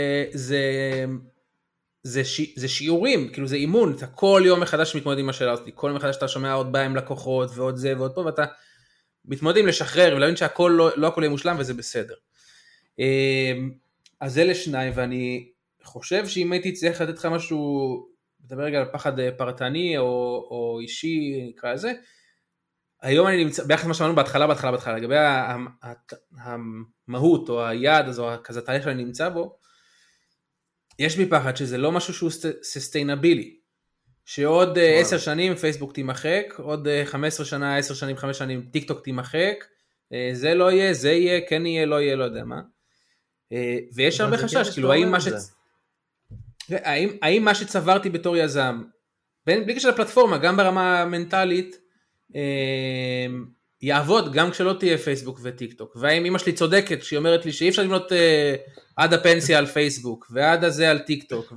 A: זה שיעורים, כאילו זה אימון, אתה כל יום מחדש מתמודד עם השאלה הזאת, כל יום מחדש אתה שומע עוד בא עם לקוחות, ועוד זה ועוד פה, ואתה מתמודדים לשחרר, ולהבין שהכל, לא הכל יהיה מושלם, וזה בסדר. אז אלה שניים, ואני חושב שאם הייתי צריך לתת לך משהו, מדבר רגע על פחד פרטני, או אישי, נקרא לזה, היום אני נמצא, ביחד מה שאמרנו בהתחלה, לגבי המהות, או היעד, או כזה תהליך שאני נמצא בו, יש בי פחד שזה לא משהו שהוא ססטיינבילי, שעוד 10 שנים פייסבוק תימחק, עוד 15 שנה, 10 שנים, 5 שנים טיק טוק תימחק, זה לא יהיה, זה יהיה, כן יהיה, לא יהיה, לא יודע מה. ויש הרבה חשש, כאילו האם מה שצברתי בתור יזם, בלי קשר לפלטפורמה, גם ברמה המנטלית, יעבוד גם כשלא תהיה פייסבוק וטיק טוק, והאם אמא שלי צודקת שהיא אומרת לי שאי אפשר לבנות עד הפנסיה על פייסבוק ועד הזה על טיק טוק,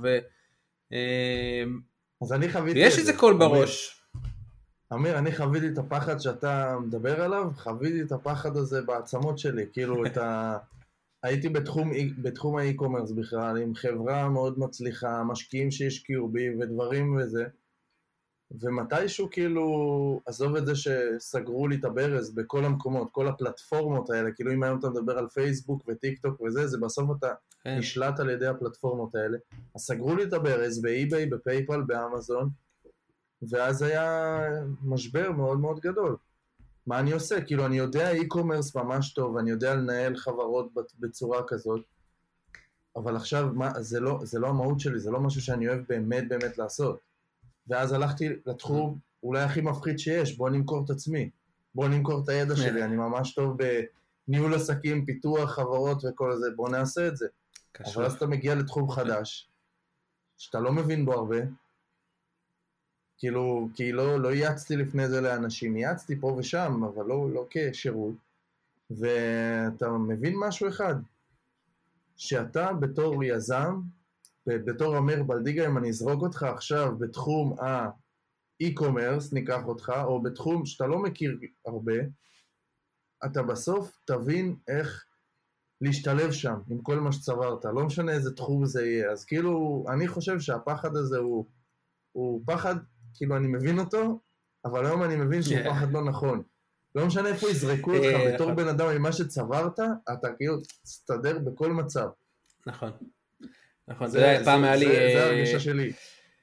D: אז אני חוויתי
A: ויש את זה קול בראש.
D: אמיר, אני חוויתי את הפחד שאתה מדבר עליו, חוויתי את הפחד הזה בעצמות שלי, כאילו הייתי בתחום האי-קומרס בכלל, עם חברה מאוד מצליחה, משקיעים שהשקיעו בי ודברים וזה, ומתישהו כאילו, עזוב את זה שסגרו לי את הברז בכל המקומות, כל הפלטפורמות האלה, כאילו אם היום אתה מדבר על פייסבוק וטיק טוק וזה, זה בסוף אתה נשלט על ידי הפלטפורמות האלה, אז סגרו לי את הברז באי-ביי, בפייפל, באמזון, ואז היה משבר מאוד מאוד גדול. מה אני עושה? כאילו אני יודע אי-קומרס ממש טוב, אני יודע לנהל חברות בצורה כזאת, אבל עכשיו זה לא המהות שלי, זה לא משהו שאני אוהב באמת לעשות. ואז הלכתי לתחום אולי הכי מפחיד שיש, בוא נמכור את עצמי, בוא נמכור את הידע שלי, אני ממש טוב בניהול עסקים, פיתוח חברות וכל זה, בוא נעשה את זה. אבל אז אתה מגיע לתחום חדש, שאתה לא מבין בו הרבה, כאילו, כי לא ייעצתי לפני זה לאנשים, ייעצתי פה ושם, אבל לא כשירות, ואתה מבין משהו אחד, שאתה בתור יזם, בתור אמיר בלדיגה, אם אני אזרוק אותך עכשיו בתחום האי-קומרס, ניקח אותך, או בתחום שאתה לא מכיר הרבה, אתה בסוף תבין איך להשתלב שם, עם כל מה שצברת, לא משנה איזה תחום זה יהיה, אז כאילו, אני חושב שהפחד הזה הוא פחד, כאילו אני מבין אותו, אבל היום אני מבין שהוא פחד לא נכון. לא משנה איפה יזרקו אותך בתור בן אדם ממה שצברת, אתה כאילו תסתדר בכל מצב.
A: נכון. זה פעם היה לי...
D: זה הרגישה שלי.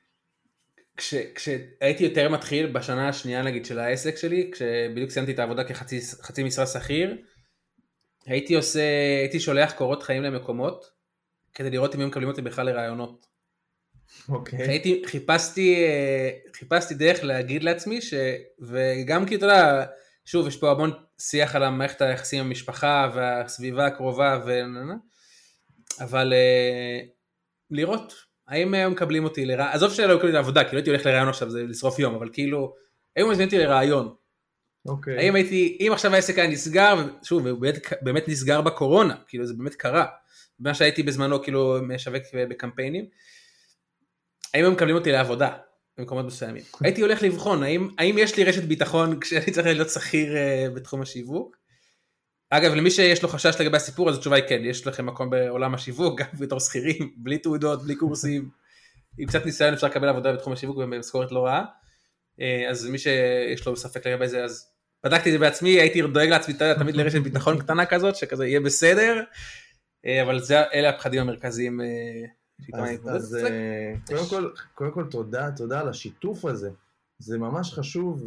A: כשהייתי יותר מתחיל בשנה השנייה נגיד של העסק שלי, כשבדיוק סיימתי את העבודה כחצי משרה שכיר, הייתי שולח קורות חיים למקומות, כדי לראות אם הם מקבלים אותי בכלל לרעיונות.
D: אוקיי.
A: חיפשתי דרך להגיד לעצמי, וגם כי אתה יודע, שוב יש פה המון שיח על המערכת היחסים עם המשפחה והסביבה הקרובה, אבל לראות האם הם מקבלים אותי לרעיון, עזוב שלא מקבלים לעבודה, כי לא הייתי הולך לרעיון עכשיו, זה לשרוף יום, אבל כאילו, האם מזמין אותי לרעיון.
D: אוקיי.
A: אם עכשיו העסק היה נסגר, שוב, הוא באמת נסגר בקורונה, כאילו זה באמת קרה, במה שהייתי בזמנו כאילו משווק בקמפיינים, האם הם מקבלים אותי לעבודה במקומות מסוימים. הייתי הולך לבחון, האם יש לי רשת ביטחון כשאני צריך להיות שכיר בתחום השיווק. אגב, למי שיש לו חשש לגבי הסיפור, אז התשובה היא כן, יש לכם מקום בעולם השיווק, גם בתור שכירים, בלי תעודות, בלי קורסים, עם קצת ניסיון אפשר לקבל עבודה בתחום השיווק ובמשכורת לא רעה. אז מי שיש לו ספק לגבי זה, אז בדקתי את זה בעצמי, הייתי דואג לעצמי תמיד לרשת ביטחון קטנה כזאת, שכזה יהיה בסדר, אבל אלה הפחדים המרכזיים.
D: אז קודם כל תודה על השיתוף הזה, זה ממש חשוב,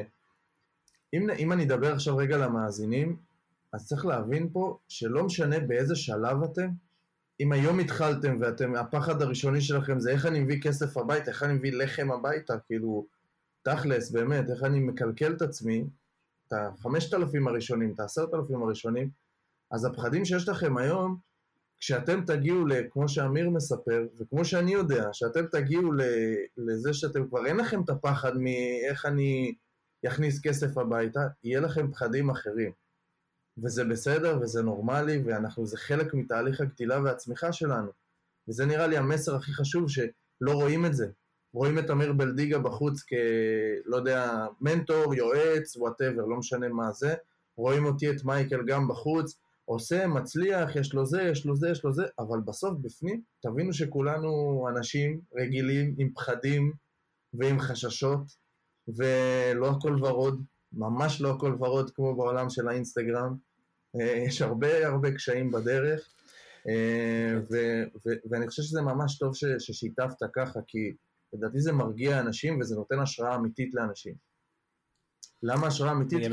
D: ואם אני אדבר עכשיו רגע למאזינים, אז צריך להבין פה שלא משנה באיזה שלב אתם, אם היום התחלתם והפחד הראשוני שלכם זה איך אני מביא כסף הביתה, איך אני מביא לחם הביתה, כאילו תכלס באמת, איך אני מקלקל את עצמי, את ה5,000 הראשונים, את ה10,000 הראשונים, אז הפחדים שיש לכם היום, כשאתם תגיעו, כמו שאמיר מספר, וכמו שאני יודע, שאתם תגיעו לזה שאתם כבר אין לכם את הפחד מאיך אני יכניס כסף הביתה, יהיה לכם פחדים אחרים. וזה בסדר, וזה נורמלי, זה חלק מתהליך הגדילה והצמיחה שלנו. וזה נראה לי המסר הכי חשוב, שלא רואים את זה. רואים את אמיר בלדיגה בחוץ לא יודע, מנטור, יועץ, whatever, לא משנה מה זה. רואים אותי את מייקל גם בחוץ, עושה, מצליח, יש לו זה, אבל בסוף בפנים, תבינו שכולנו אנשים רגילים עם פחדים ועם חששות, ולא הכל ורוד, ממש לא הכל ורוד כמו בעולם של האינסטגרם, יש הרבה קשיים בדרך, ואני חושב שזה ממש טוב ששיתפת ככה, כי לדעתי זה מרגיע אנשים וזה נותן השראה אמיתית לאנשים. למה השראה אמיתית?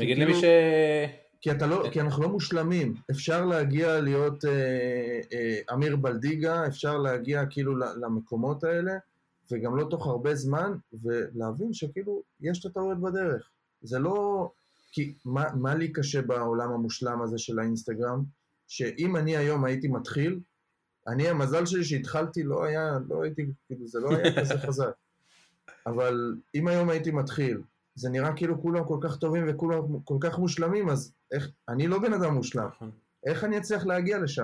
D: כי אנחנו לא מושלמים, אפשר להגיע להיות אמיר בלדיגה, אפשר להגיע כאילו למקומות האלה, וגם לא תוך הרבה זמן, ולהבין שכאילו יש את הטעויות בדרך. זה לא, כי מה לי קשה בעולם המושלם הזה של האינסטגרם, שאם אני היום הייתי מתחיל, המזל שלי שהתחלתי לא הייתי, כאילו זה לא היה כזה חזק. אבל אם היום הייתי מתחיל, זה נראה כאילו כולם כל כך טובים וכולם כל כך מושלמים, אז אני לא בן אדם מושלם. איך אני אצליח להגיע לשם?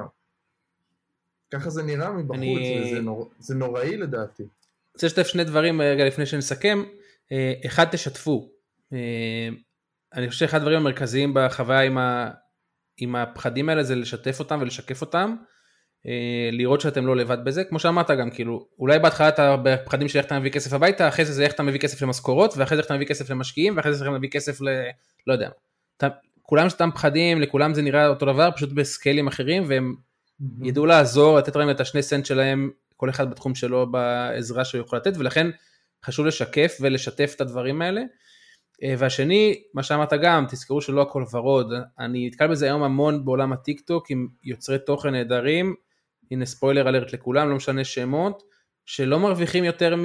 D: ככה זה נראה מבחוץ, וזה נוראי לדעתי.
A: רוצה לשתף שני דברים רגע לפני שנסכם. אחד, תשתפו. אני חושב שאחד הדברים המרכזיים בחוויה עם הפחדים האלה זה לשתף אותם ולשקף אותם, לראות שאתם לא לבד בזה, כמו שאמרת גם, כאילו, אולי בהתחלה אתה בפחדים של איך אתה מביא כסף הביתה, אחרי זה איך אתה מביא כסף למשכורות, ואחרי זה איך אתה מביא כסף למשקיעים, ואחרי זה איך אתה מביא כסף לא יודע. כולם שאתם פחדים, לכולם זה נראה אותו דבר, פשוט בסקיילים אחרים, והם ידעו לעזור, לתת להם את השני סנט שלהם, כל אחד בתחום שלו, בעזרה שהוא יכול לתת, ולכן חשוב לשקף ולשתף את הדברים האלה. והשני, מה שאמרת גם, תזכרו שלא הכל ורוד, אני נתקל בזה היום המון בעולם הטיק טוק, עם יוצרי תוכן נהדרים, הנה ספוילר אלרט לכולם, לא משנה שמות, שלא מרוויחים יותר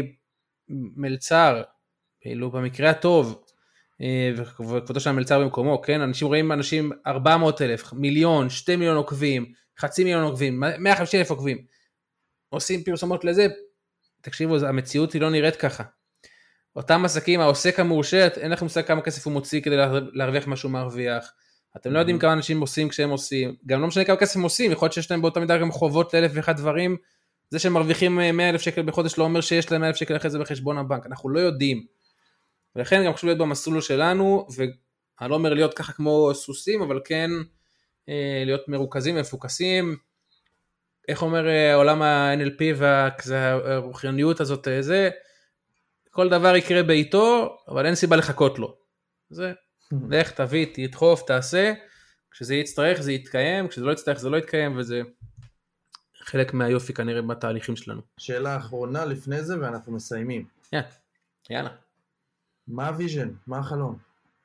A: ממלצר, כאילו במקרה הטוב, וכבודו של המלצר במקומו, כן? אנשים רואים 400,000, מיליון, 2 מיליון עוקבים, 500,000 עוקבים, 150,000 עוקבים, עושים פרסומות לזה, תקשיבו, המציאות היא לא נראית ככה. אותם עסקים, העוסק המורשה, אין לכם מושג כמה כסף הוא מוציא כדי להרוויח משהו מרוויח. אתם לא יודעים כמה אנשים עושים כשהם עושים. גם לא משנה כמה כסף הם עושים, יכול להיות שיש להם באותה מידה גם חובות ל1,001 דברים. זה שהם מרוויחים 100,000 שקל בחודש לא אומר שיש להם 100,000 שקל אחרי זה בחשבון הבנק. אנחנו לא יודעים. ולכן גם חשוב להיות במסלול שלנו, ואני לא אומר להיות ככה כמו סוסים, אבל כן להיות מרוכזים ומפוקסים. איך אומר עולם ה-NLP והרוחניות הזאת, זה כל דבר יקרה בעיתו, אבל אין סיבה לחכות לו. זה, לך, תביא, תדחוף, תעשה, כשזה יצטרך זה יתקיים, כשזה לא יצטרך זה לא יתקיים, וזה חלק מהיופי כנראה בתהליכים שלנו.
D: שאלה אחרונה לפני זה, ואנחנו מסיימים.
A: יאללה.
D: מה הוויז'ן? מה החלום?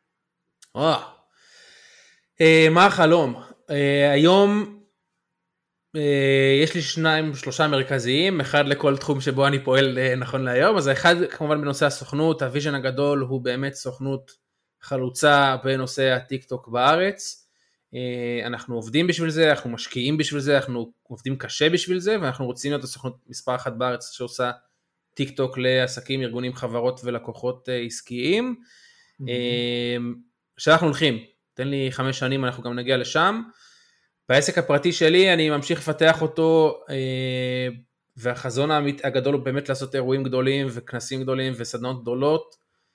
A: מה החלום? היום יש לי 2-3 מרכזיים, אחד לכל תחום שבו אני פועל נכון להיום, אז האחד כמובן בנושא הסוכנות, הוויז'ן הגדול הוא באמת סוכנות חלוצה בנושא הטיק טוק בארץ, אנחנו עובדים בשביל זה, אנחנו משקיעים בשביל זה, אנחנו עובדים קשה בשביל זה, ואנחנו רוצים להיות הסוכנות מספר אחת בארץ שעושה טיק טוק לעסקים, ארגונים, חברות ולקוחות עסקיים, שאנחנו הולכים, תן לי 5 שנים אנחנו גם נגיע לשם, בעסק הפרטי שלי אני ממשיך לפתח אותו, והחזון הגדול הוא באמת לעשות אירועים גדולים וכנסים גדולים וסדנאות גדולות,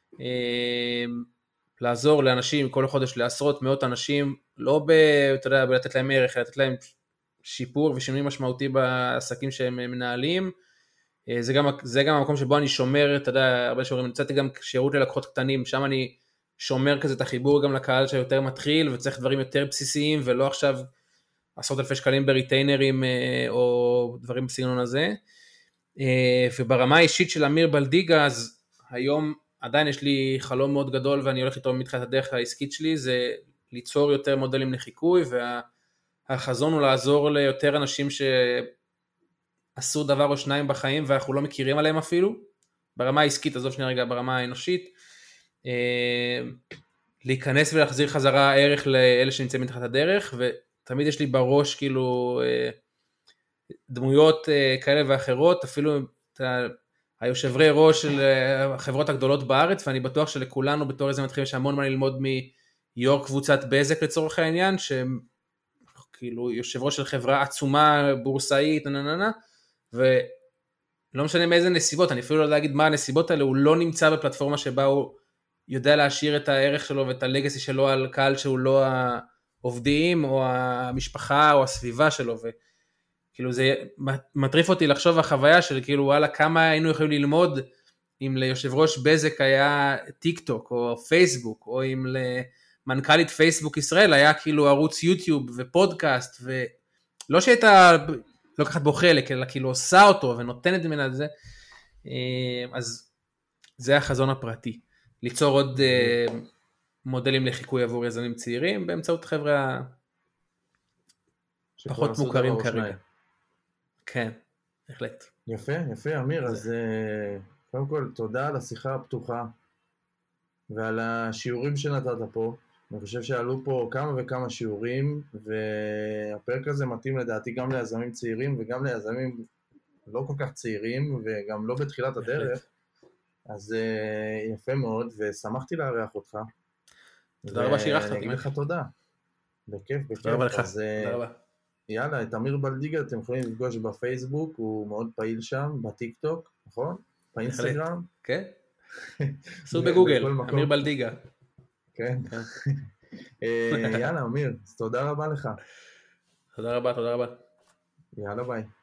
A: לעזור לאנשים כל חודש לעשרות מאות אנשים, לא אתה יודע, לתת להם ערך, לתת להם שיפור ושינוי משמעותי בעסקים שהם מנהלים, זה גם המקום שבו אני שומר, אתה יודע, הרבה שאומרים, נצאתי גם שירות ללקוחות קטנים, שם אני שומר כזה את החיבור גם לקהל שיותר מתחיל, וצריך דברים יותר בסיסיים, ולא עכשיו 10,000 שקלים בריטיינרים, או דברים בסגנון הזה, וברמה האישית של אמיר בלדיגה, אז היום עדיין יש לי חלום מאוד גדול, ואני הולך איתו מתחילת הדרך העסקית שלי, זה ליצור יותר מודלים לחיקוי, והחזון הוא לעזור ליותר אנשים שעשו דבר או שניים בחיים, ואנחנו לא מכירים עליהם אפילו, ברמה העסקית, עזוב שנייה רגע, ברמה האנושית, להיכנס ולהחזיר חזרה ערך לאלה שנמצאים מתחת הדרך, ותמיד יש לי בראש כאילו דמויות כאלה ואחרות, אפילו היושבי ראש של החברות הגדולות בארץ, ואני בטוח שלכולנו בתור איזה מתחילים יש המון מה ללמוד מיור קבוצת בזק לצורך העניין, שכאילו יושב ראש של חברה עצומה בורסאית, ולא משנה מאיזה נסיבות, אני אפילו לא יודע להגיד מה הנסיבות האלה, הוא לא נמצא בפלטפורמה שבה הוא יודע להשאיר את הערך שלו ואת הלגסי שלו על קהל שהוא לא העובדים או המשפחה או הסביבה שלו, וכאילו זה מטריף אותי לחשוב החוויה של כאילו וואלה כמה היינו יכולים ללמוד אם ליושב ראש בזק היה טיק טוק או פייסבוק, או אם למנכ"לית פייסבוק ישראל היה כאילו ערוץ יוטיוב ופודקאסט, ולא שהייתה לוקחת בו חלק, אלא כאילו עושה אותו ונותנת ממנה את זה, אז זה החזון הפרטי. ליצור עוד מודלים לחיקוי עבור יזמים צעירים, באמצעות חבר'ה פחות מוכרים כרגע. כן, בהחלט.
D: יפה, יפה, אמיר, אז קודם כל תודה על השיחה הפתוחה, ועל השיעורים שנתת פה, אני חושב שעלו פה כמה וכמה שיעורים, והפרק הזה מתאים לדעתי גם ליזמים צעירים, וגם ליזמים לא כל כך צעירים, וגם לא בתחילת הדרך, אז יפה מאוד, ושמחתי לארח אותך.
A: תודה רבה שאירחת אותי.
D: אני אגיד לך תודה. בכיף, בכיף.
A: תודה רבה לך.
D: תודה רבה. יאללה, את אמיר בלדיגה אתם יכולים לפגוש בפייסבוק, הוא מאוד פעיל שם, בטיק טוק, נכון? באינסטגרם.
A: כן. עשו בגוגל, אמיר בלדיגה.
D: כן. יאללה, אמיר, תודה רבה לך.
A: תודה רבה.
D: יאללה, ביי.